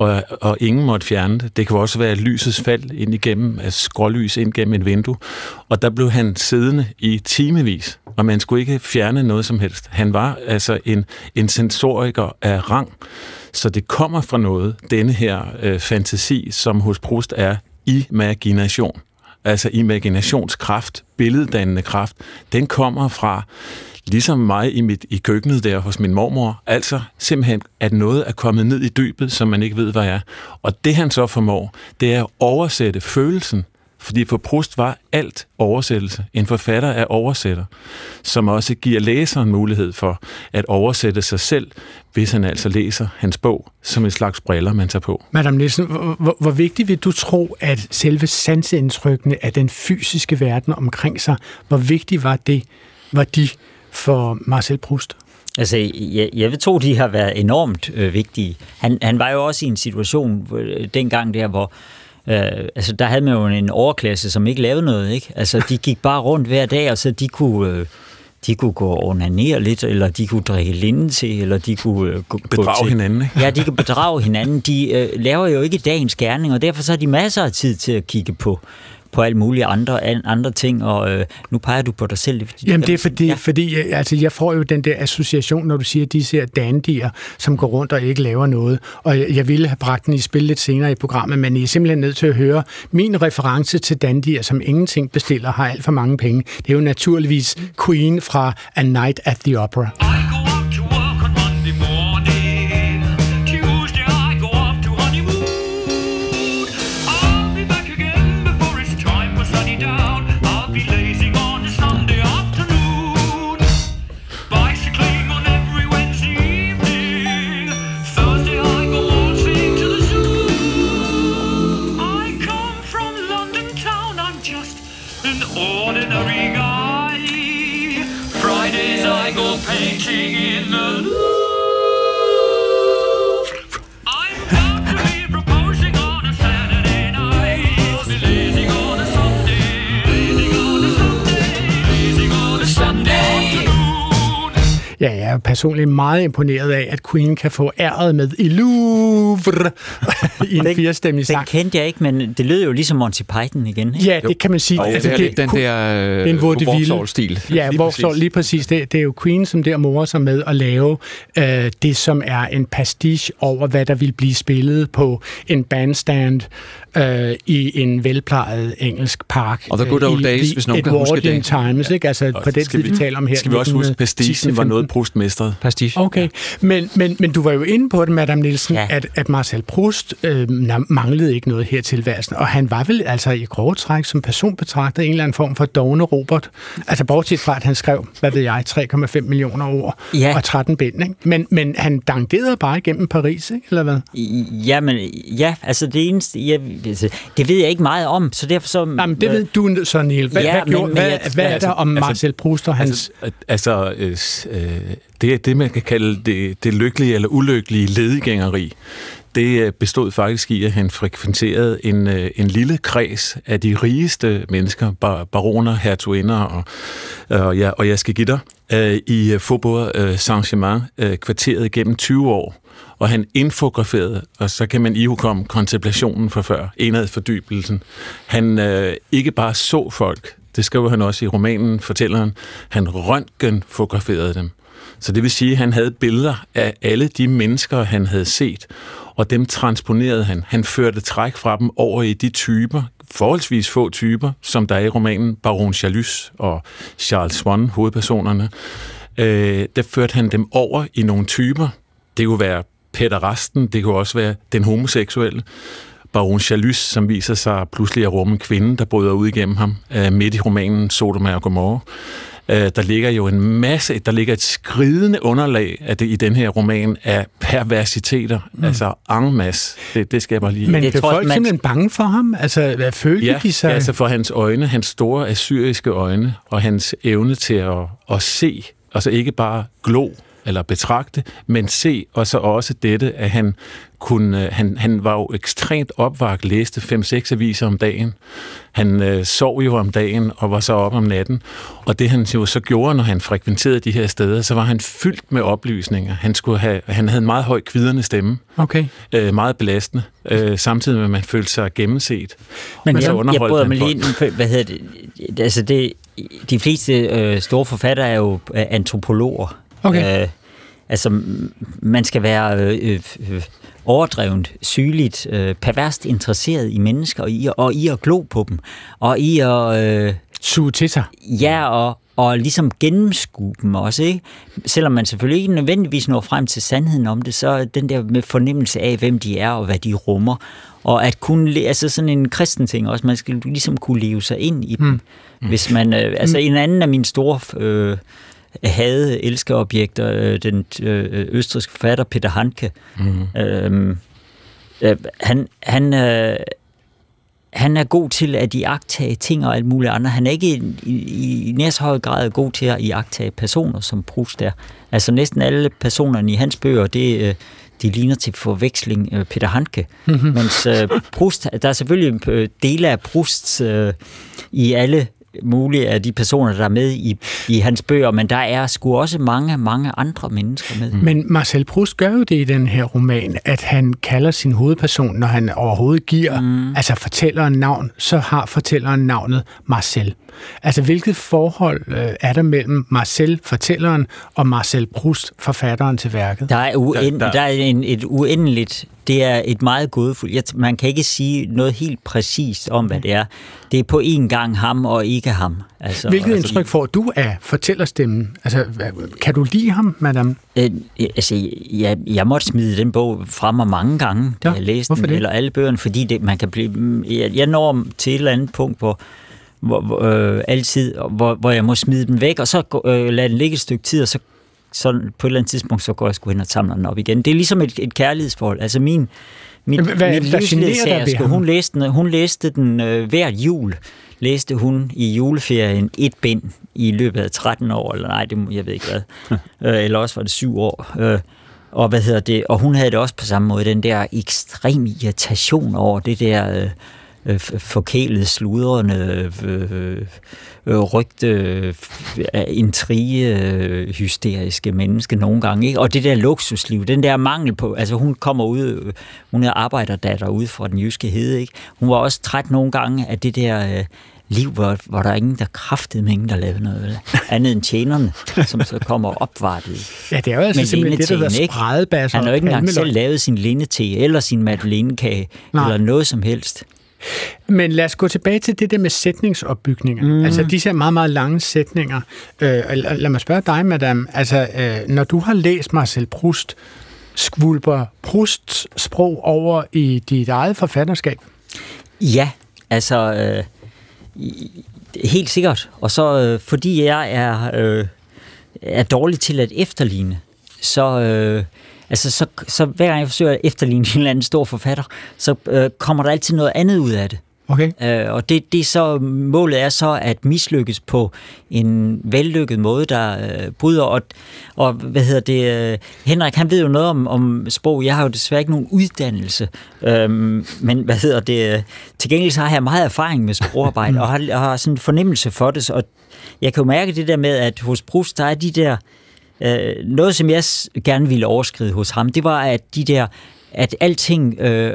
og ingen måtte fjerne det. Det kan også være lysets fald ind igennem, skrålys ind gennem et vindue, og der blev han siddende i timevis, og man skulle ikke fjerne noget som helst. Han var altså en sensoriker af rang, så det kommer fra noget, denne her fantasi, som hos Proust er imagination. Altså imaginationskraft, billeddannende kraft, den kommer fra, ligesom mig i køkkenet der hos min mormor, altså simpelthen, at noget er kommet ned i dybet, som man ikke ved, hvad er. Og det han så formår, det er at oversætte følelsen, fordi for Proust var alt oversættelse. En forfatter er oversætter, som også giver læseren mulighed for at oversætte sig selv, hvis han altså læser hans bog som en slags briller, man tager på. Madame Nielsen, hvor vigtigt vil du tro, at selve sanseindtrykkene af den fysiske verden omkring sig, hvor vigtigt var de for Marcel Proust? Altså, jeg vil tro, de har været enormt vigtige. Han var jo også i en situation dengang der, hvor altså, der havde man jo en overklasse, som ikke lavede noget, ikke? Altså, de gik bare rundt hver dag, og så de kunne gå og onanere lidt, eller de kunne drikke linde til, eller de kunne bedrage hinanden, ikke? Ja, de kan bedrage hinanden. De laver jo ikke dagens gerning, og derfor så har de masser af tid til at kigge på alt mulige andre ting, og nu peger du på dig selv. Jamen det er fordi altså, jeg får jo den der association, når du siger, at de ser dandyer, som går rundt og ikke laver noget, og jeg ville have bragt den i spil lidt senere i programmet, men I er simpelthen nødt til at høre min reference til dandyer, som ingenting bestiller, har alt for mange penge. Det er jo naturligvis Queen fra A Night at the Opera. Ja, jeg er personligt meget imponeret af, at Queen kan få æret med i Louvre i en firestemmig sang. Det kendte jeg ikke, men det lød jo ligesom Monty Python igen, ikke? Ja, det kan man sige. Altså, det er den der Vauxhall-stil. Ja, Vauxhall, lige præcis. Det er jo Queen, som der morer sig med at lave det, som er en pastiche over, hvad der vil blive spillet på en bandstand i en velplejet engelsk park. Og the good old days, hvis nogen kan huske det. Times, ikke? Altså på den tid, vi taler om her. Skal vi også huske, pastichen var noget Proust mestrede. Pastiche. Okay, men du var jo inde på det, Madame Nielsen, at Marcel Proust manglede ikke noget her til tilværelsen, og han var vel altså i grove træk som person betragtet en eller anden form for dovne Robert. Altså bortset fra, at han skrev, hvad ved jeg, 3,5 millioner ord og 13 bind, ikke? Men han dangerede bare igennem Paris, ikke? Eller hvad? Altså det eneste, det ved jeg ikke meget om, så derfor så... Jamen, det ved du så, Niel. Hvad er der om Marcel Proust og hans... Det man kan kalde det lykkelige eller ulykkelige ledigængeri, det bestod faktisk i, at han frekventerede en lille kreds af de rigeste mennesker, baroner, hertuginder og jeg skal give dig, i Faubourg Saint-Germain kvarteret gennem 20 år. Og han infograferede, og så kan man ihukomme kontemplationen fra før, enhedsfordybelsen. Han ikke bare så folk, det skriver han også i romanen, fortælleren, han røntgenfotograferede dem. Så det vil sige, at han havde billeder af alle de mennesker, han havde set, og dem transponerede han. Han førte træk fra dem over i de typer, forholdsvis få typer, som der er i romanen Baron Chalus og Charles Swann, hovedpersonerne. Der førte han dem over i nogle typer. Det kunne være pæderasten, det kunne også være den homoseksuelle. Baron Chalus, som viser sig pludselig at rumme en kvinde, der bryder ud igennem ham, midt i romanen Sodoma og Gomorra. Der ligger jo en masse, der ligger et skridende underlag af det i den her roman af perversiteter, altså en masse. Det skal jeg bare lige... Men det folk simpelthen bange for ham? Altså, hvad følte de sig? Ja, altså for hans øjne, hans store assyriske øjne, og hans evne til at se, altså ikke bare glo eller betragte, men se, og så også dette, at han var jo ekstremt opvagt, læste 5-6 aviser om dagen. Han sov jo om dagen og var så op om natten. Og det han jo så gjorde, når han frekventerede de her steder, så var han fyldt med oplysninger. Han havde en meget høj kvidrende stemme. Okay. Meget belastende. Samtidig med, at man følte sig gennemset. Men jeg bryder mig lige ind, hvad hedder det? Altså de fleste store forfattere er jo antropologer. Okay. Altså, man skal være overdrevent, sygeligt, perverst interesseret i mennesker, og i at glo på dem, og i at... suge til sig. Ja, og ligesom gennemskue dem også, ikke? Selvom man selvfølgelig ikke nødvendigvis når frem til sandheden om det, så den der med fornemmelse af, hvem de er, og hvad de rummer, og at kunne, altså sådan en kristen ting også, man skal ligesom kunne leve sig ind i dem. Hvis man, altså en anden af mine store... elskeobjekter, den østrigske forfatter Peter Handke. Han er god til at iagttage ting og alt muligt andet. Han er ikke i nær så høj grad god til at iagttage personer, som Proust er. Altså næsten alle personerne i hans bøger, de ligner til forveksling Peter Handke. Mens Proust, der er selvfølgelig dele af Proust i alle mulige af de personer, der er med i hans bøger, men der er sgu også mange, mange andre mennesker med. Men Marcel Proust gør jo det i den her roman, at han kalder sin hovedperson, når han overhovedet giver, altså fortælleren navn, så har fortælleren navnet Marcel. Altså, hvilket forhold er der mellem Marcel, fortælleren, og Marcel Proust, forfatteren til værket? Der er et uendeligt, det er et meget gådefuldt. Man kan ikke sige noget helt præcist om, hvad det er. Det er på en gang ham og ikke ham. Altså, hvilket indtryk får du af fortællerstemmen? Altså, kan du lide ham, madame? Jeg måtte smide den bog fra mig mange gange, da jeg læste den, eller alle bøgerne, fordi man kan blive... Jeg når til et eller andet punkt, hvor jeg må smide den væk, og så lade den ligge et stykke tid, og så på et eller andet tidspunkt, så går jeg sgu hen og samler den op igen. Det er ligesom et kærlighedsforhold. Altså min livsledsagerske, hun læste den hver jul. Læste hun i juleferien 1 bind i løbet af 13 år, eller nej, jeg ved ikke hvad. Eller også var det 7 år. Og og hun havde det også på samme måde, den der ekstrem irritation over det der... forkælede, sludrende, rygte, intrige, hysteriske menneske nogle gange, ikke? Og det der luksusliv, den der mangel på, altså hun kommer ud, hun er arbejderdatter ude fra den jyske hede, ikke? Hun var også træt nogle gange af det der liv, hvor der er ingen, der kraftede med ingen, der lavede noget andet end tjenerne, som så kommer opvartet. Ja, det er jo altså simpelthen det, der hedder spredebasser. Han har jo ikke engang selv lavet sin lindete, eller sin madelinekage, eller noget som helst. Men lad os gå tilbage til det der med sætningsopbygninger. Altså disse her meget, meget lange sætninger. Lad mig spørge dig, madame. Altså, når du har læst Marcel Proust, skvulper Prousts sprog over i dit eget forfatterskab? Ja, altså helt sikkert. Og så fordi jeg er dårlig til at efterligne, så hver gang jeg forsøger at efterligne en eller anden stor forfatter, så kommer der altid noget andet ud af det. Okay. Og det så, målet er så at mislykkes på en vellykket måde, der bryder. Og Henrik, han ved jo noget om sprog. Jeg har jo desværre ikke nogen uddannelse, men til gengæld så har jeg meget erfaring med sprogarbejde, og har sådan en fornemmelse for det. Og jeg kan jo mærke det der med, at hos Proust, der er de der... noget, som jeg gerne ville overskride hos ham, det var, at alting...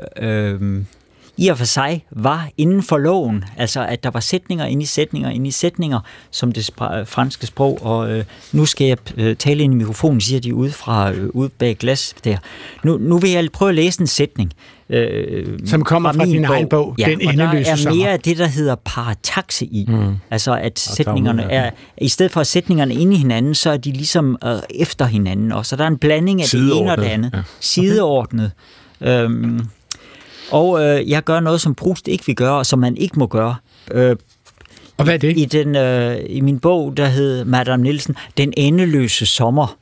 i og for sig var inden for loven, altså at der var sætninger inde i sætninger, som det franske sprog, og nu skal jeg tale ind i mikrofonen, siger de ude bag glas der. Nu vil jeg prøve at læse en sætning. Som kommer fra din egen bog, ja, Den endeløse sommer. Og der er mere af det, der hedder paratakse i. Altså at sætningerne er, i stedet for at sætningerne inde i hinanden, så er de ligesom efter hinanden, og så der er en blanding af det ene og det andet. Ja. Sideordnet. Og jeg gør noget, som Proust ikke vil gøre, og som man ikke må gøre. Og hvad er det? I min bog, der hed Madame Nielsen, Den endeløse sommer,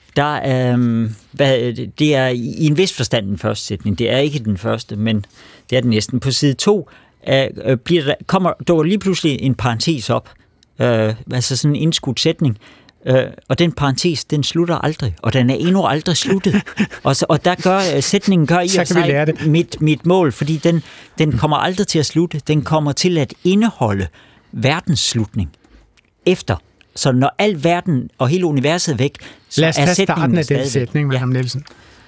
det er i en vis forstand den første sætning. Det er ikke den første, men det er den næsten. På side 2 kommer der lige pludselig en parentes op, altså sådan en indskudt sætning, og den parentes, den slutter aldrig, og den er endnu aldrig sluttet. Og der gør sætningen i og sig mit mål, fordi den kommer aldrig til at slutte. Den kommer til at indeholde verdens slutning efter. Så når al verden og hele universet er væk, så lad os tage starten af den sætning, Madame Nielsen.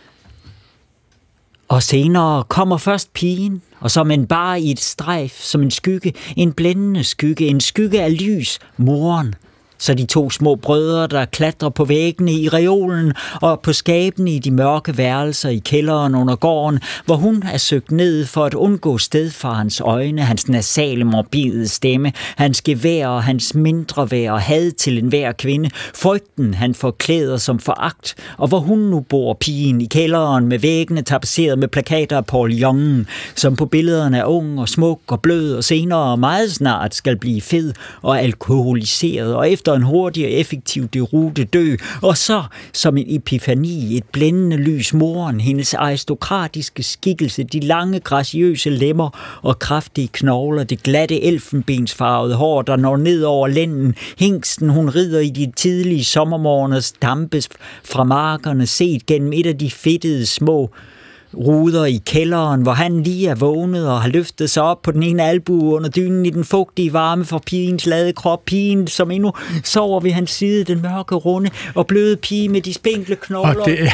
Og senere kommer først pigen, og som en bare i et strejf, som en skygge, en blændende skygge, en skygge af lys, moren. Så de 2 små brødre, der klatrer på væggene i reolen og på skabene i de mørke værelser i kælderen under gården, hvor hun er søgt ned for at undgå stedfarens øjne, hans nasale morbide stemme, hans gevær og hans mindre vær og had til enhver kvinde, frygten han forklæder som foragt, og hvor hun nu bor, pigen i kælderen med væggene tapetseret med plakater af Paul Young, som på billederne er ung og smuk og blød og senere meget snart skal blive fed og alkoholiseret og efter en hurtig og effektiv derute dø, og så som en epifani, et blændende lys moren, hendes aristokratiske skikkelse, de lange, graciøse lemmer og kraftige knogler, det glatte elfenbensfarvede hår, der når ned over lænden, hængsten hun rider i de tidlige sommermorgener, dampes fra markerne, set gennem et af de fedtede små ruder i kælderen, hvor han lige er vågnet og har løftet sig op på den ene albue under dynen i den fugtige varme for pigens lade krop. Pigen, som endnu sover ved hans side, den mørke, runde og bløde pige med de spinkle knogler.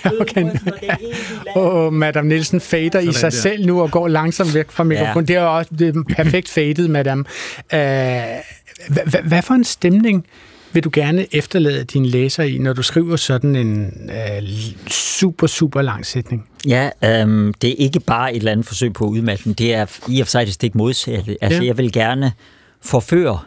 Madame Nielsen fader i sig selv nu og går langsomt væk fra mikrofonen. Det er jo også perfekt fadet, madame. Hvad for en stemning vil du gerne efterlade dine læsere i, når du skriver sådan en super lang sætning? Ja, det er ikke bare et eller andet forsøg på udmatning. Det er i og for sig det stik modsatte. Altså, jeg vil gerne forføre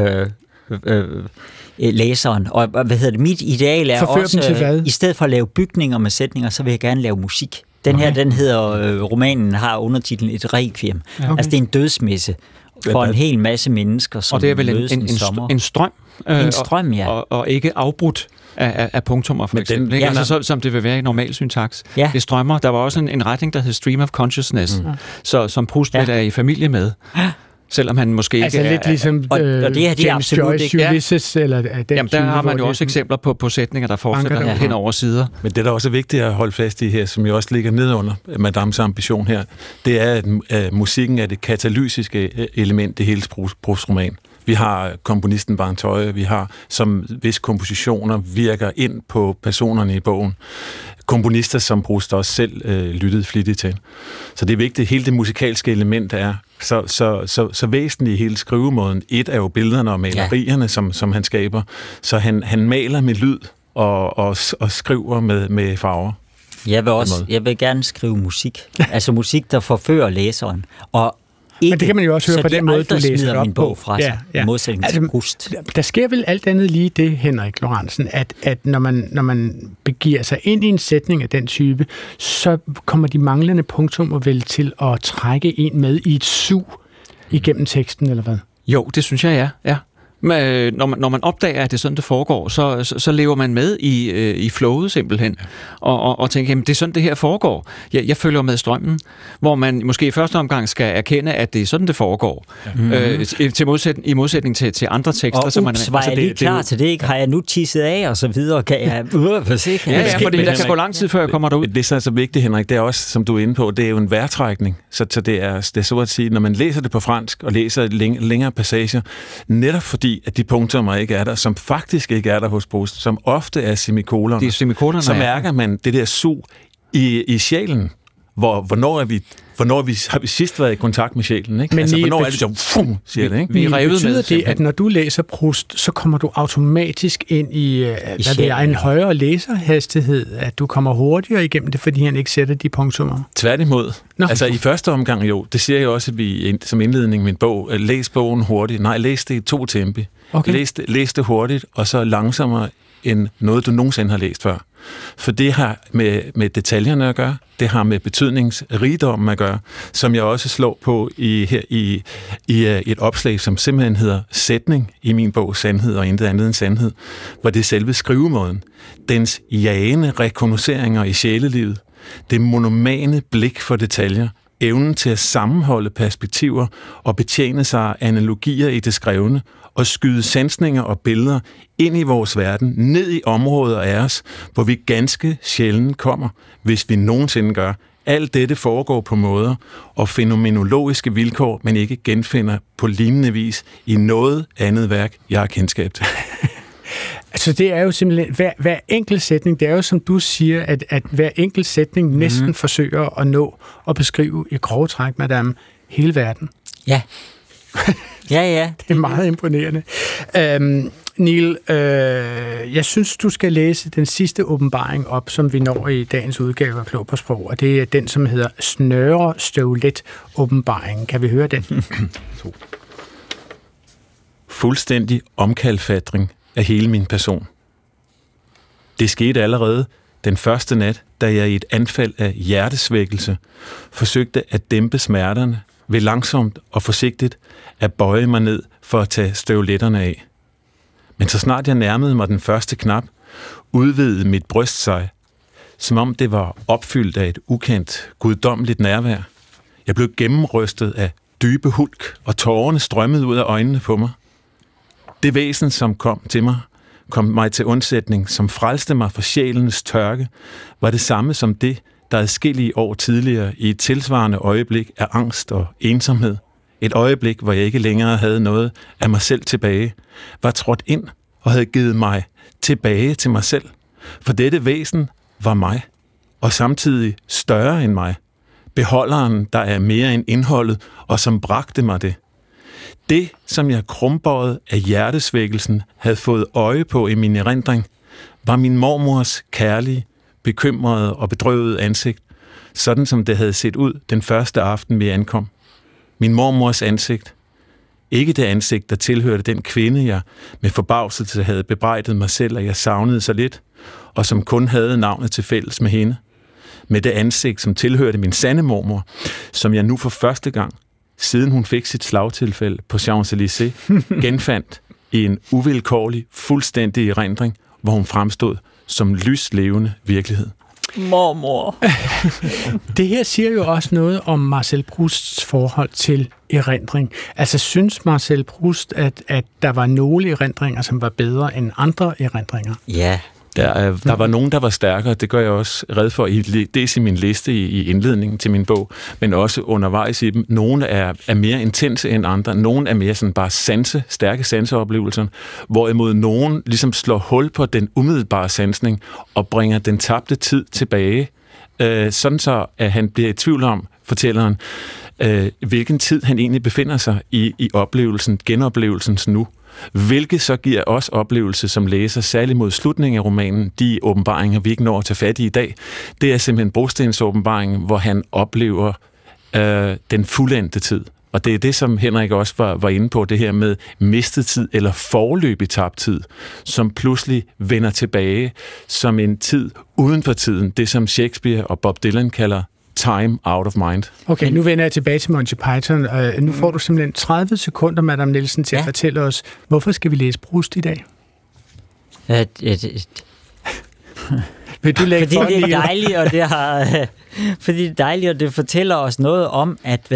læseren. Og mit ideal er også, i stedet for at lave bygninger med sætninger, så vil jeg gerne lave musik. Den her, den hedder, romanen har undertitlen Et Requiem. Okay. Altså, det er en dødsmesse for en hel masse mennesker, som og det er vel en strøm? En strøm, ja. Og ikke afbrudt af punktummer, for eksempel. Ja, altså, som det vil være i normal syntaks. Ja. Det strømmer. Der var også en retning, der hed Stream of Consciousness, som Proust er i familie med. Selvom han måske ikke er... lidt ligesom og det her, det er James Joyce, Ulysses, eller den jamen, der har man jo også eksempler på sætninger, der fortsætter hen over sider. Men det, der også er vigtigt at holde fast i her, som jo også ligger ned under Madames ambition her, det er, at musikken er det katalytiske element i hele Prousts roman. Vi har komponisten Barntøje, vi har, som hvis kompositioner virker ind på personerne i bogen. Komponister, som Proust også selv lyttede flittigt til. Så det er vigtigt, hele det musikalske element er så væsentligt i hele skrivemåden. Et er jo billederne og malerierne, som han skaber. Så han maler med lyd og skriver med farver. Jeg vil gerne skrive musik. Altså musik, der forfører læseren. Men det kan man jo også høre på den måde, du læser op på. Fra sig, i modsætning til Proust. Der sker vel alt andet lige det, Henrik Lorentzen, at når man begiver sig ind i en sætning af den type, så kommer de manglende punktummer vel til at trække en med i et sug igennem teksten, eller hvad? Jo, det synes jeg, ja. når man opdager, at det er sådan, det foregår, så lever man med i flowet simpelthen, og tænker, jamen det er sådan, det her foregår. Jeg følger med strømmen, hvor man måske i første omgang skal erkende, at det er sådan, det foregår. I modsætning til andre tekster. Og var jeg lige klar til det, ikke? Har jeg nu tisset af, og så videre? Kan jeg... Ja, fordi der kan gå lang tid, før jeg kommer derud. Det er så vigtigt, Henrik, det er også, som du er inde på, det er jo en vejrtrækning. Så det er så at sige, når man læser det på fransk, og læser længere passager, netop fordi, at de punktummer ikke er der, som faktisk ikke er der hos Proust, som ofte er semikolerne, så mærker man det der sug i sjælen. Hvornår har vi sidst været i kontakt med sjælen, ikke? Men altså, hvornår er det så, siger det, ikke? Vi betyder det, at når du læser Proust, så kommer du automatisk ind i en højere læserhastighed, at du kommer hurtigere igennem det, fordi han ikke sætter de punktummer? Tværtimod. Altså i første omgang jo, det siger jeg også som indledning i min bog, læs bogen hurtigt. Nej, læs det i 2 tempi. Okay. Læs det hurtigt, og så langsommere end noget, du nogensinde har læst før. For det har med detaljerne at gøre, det har med betydningsrigdommen at gøre, som jeg også slår på i et opslag, som simpelthen hedder Sætning i min bog, Sandhed og intet andet end sandhed, hvor det er selve skrivemåden, dens jagende rekognosceringer i sjælelivet, det monomane blik for detaljer, evnen til at sammenholde perspektiver og betjene sig af analogier i det skrevne, og skyde sansninger og billeder ind i vores verden, ned i områder af os, hvor vi ganske sjældent kommer, hvis vi nogensinde gør. Alt dette foregår på måder og fænomenologiske vilkår, man ikke genfinder på lignende vis i noget andet værk, jeg har kendskab til. Altså det er jo simpelthen, hver enkelt sætning, det er jo som du siger, at hver enkelt sætning næsten forsøger at nå og beskrive i grove træk, madame, hele verden. Ja. Ja. Det er meget imponerende. Neil, jeg synes, du skal læse den sidste åbenbaring op, som vi når i dagens udgave af Klog på Sprog, og det er den, som hedder Snøre Støvlet åbenbaringen. Kan vi høre den? Fuldstændig omkalfatring af hele min person. Det skete allerede den første nat, da jeg i et anfald af hjertesvækkelse forsøgte at dæmpe smerterne ved langsomt og forsigtigt at bøje mig ned for at tage støvletterne af. Men så snart jeg nærmede mig den første knap, udvidede mit bryst sig, som om det var opfyldt af et ukendt, guddommeligt nærvær. Jeg blev gennemrystet af dybe hulk, og tårerne strømmede ud af øjnene på mig. Det væsen, som kom mig til undsætning, som frelste mig fra sjælens tørke, var det samme som det, der adskillige år tidligere i et tilsvarende øjeblik af angst og ensomhed, et øjeblik, hvor jeg ikke længere havde noget af mig selv tilbage, var trådt ind og havde givet mig tilbage til mig selv. For dette væsen var mig, og samtidig større end mig. Beholderen, der er mere end indholdet, og som bragte mig det. Det, som jeg krumbøjet af hjertesvækkelsen havde fået øje på i min erindring, var min mormors kærlige, bekymrede og bedrøvede ansigt, sådan som det havde set ud den første aften, vi ankom. Min mormors ansigt. Ikke det ansigt, der tilhørte den kvinde, jeg med forbavselse havde bebrejdet mig selv, at jeg savnede så lidt, og som kun havde navnet til fælles med hende. Med det ansigt, som tilhørte min sande mormor, som jeg nu for første gang, siden hun fik sit slagtilfælde på Champs-Élysées, genfandt i en uvilkårlig, fuldstændig erindring, hvor hun fremstod som lyslevende virkelighed. Mormor. Det her siger jo også noget om Marcel Prousts forhold til erindring. Altså synes Marcel Proust, at der var nogle erindringer, som var bedre end andre erindringer? Ja. Der var nogen, der var stærkere. Det gør jeg også red for dels i min liste i indledningen til min bog, men også undervejs i dem. Nogle er mere intense end andre. Nogle er mere sådan bare stærke sanseoplevelser, hvorimod nogen ligesom slår hul på den umiddelbare sansning og bringer den tabte tid tilbage, sådan så at han bliver i tvivl om, fortælleren, hvilken tid han egentlig befinder sig i genoplevelsens nu. Hvilket så giver os oplevelse som læser, særligt mod slutningen af romanen, de åbenbaringer, vi ikke når at tage fat i dag. Det er simpelthen Brostens åbenbaring, hvor han oplever den fuldendte tid. Og det er det, som Henrik også var inde på, det her med mistet tid eller forløbig tabt tid, som pludselig vender tilbage som en tid uden for tiden. Det, som Shakespeare og Bob Dylan kalder time out of mind. Okay, nu vender jeg tilbage til Monty Python. Nu får du simpelthen 30 sekunder, Madame Nielsen, til at fortælle os, hvorfor skal vi læse Proust i dag? Vil du lægge fordi det er dejligt, og det har... fordi det er dejligt, og det fortæller os noget om,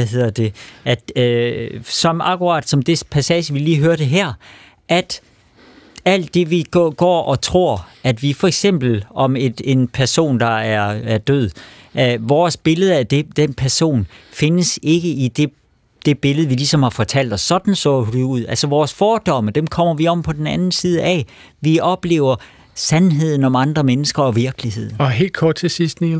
at som akkurat som det passage, vi lige hørte her, at alt det, vi går og tror, at vi for eksempel om en person, der er død, vores billede af den person findes ikke i det billede, vi ligesom har fortalt os. Sådan så det ud. Altså vores fordomme, dem kommer vi om på den anden side af. Vi oplever sandheden om andre mennesker og virkelighed. Og helt kort til sidst, Neil.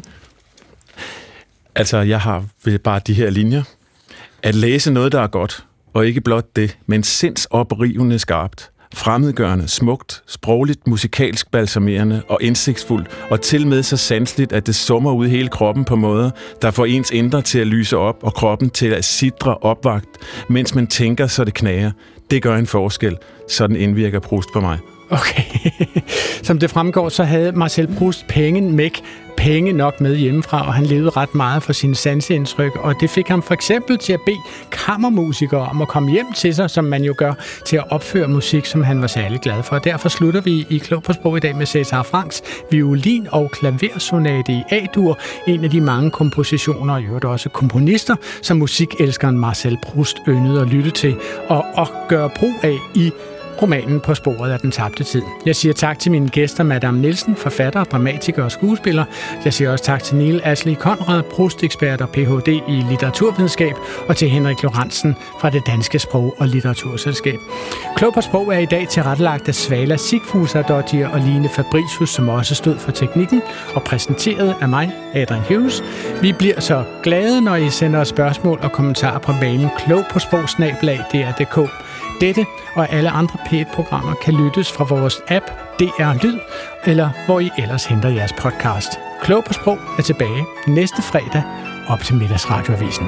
Altså, jeg har bare de her linjer. At læse noget, der er godt, og ikke blot det, men sindsoprivende skarpt, fremmedgørende, smukt, sprogligt, musikalsk balsamerende og indsigtsfuldt, og tilmed så sanseligt, at det summer ud hele kroppen på måder, der får ens indre til at lyse op, og kroppen til at sidre opvagt, mens man tænker, så det knager. Det gør en forskel. Sådan indvirker Proust på mig. Okay. Som det fremgår, så havde Marcel Proust penge nok med hjemmefra, og han levede ret meget for sine sanseindtryk, og det fik ham for eksempel til at bede kammermusikere om at komme hjem til sig, som man jo gør, til at opføre musik, som han var særlig glad for. Og derfor slutter vi i Klog på Sprog i dag med César Francs violin- og klaversonate i A-dur, en af de mange kompositioner, og i øvrigt også komponister, som musikelskeren Marcel Proust yndede at lytte til og gøre brug af i romanen På sporet af den tabte tid. Jeg siger tak til mine gæster, Madame Nielsen, forfatter, dramatiker og skuespiller. Jeg siger også tak til Neil Ashley Conrad, Proust-ekspert og Ph.D. i litteraturvidenskab, og til Henrik Lorentzen fra det Danske Sprog- og Litteraturselskab. Klog på Sprog er i dag tilrettelagt af Svala Sigfusardottir og Line Fabricius, som også stod for teknikken, og præsenteret af mig, Adrian Hughes. Vi bliver så glade, når I sender spørgsmål og kommentarer på mailen klogpåsprog@dr.dk. Dette og alle andre P1-programmer kan lyttes fra vores app DR Lyd, eller hvor I ellers henter jeres podcast. Klog på Sprog er tilbage næste fredag op til Middagsradioavisen.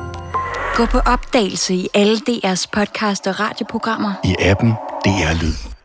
Gå på opdagelse i alle DR's podcast og radioprogrammer. I appen DR Lyd.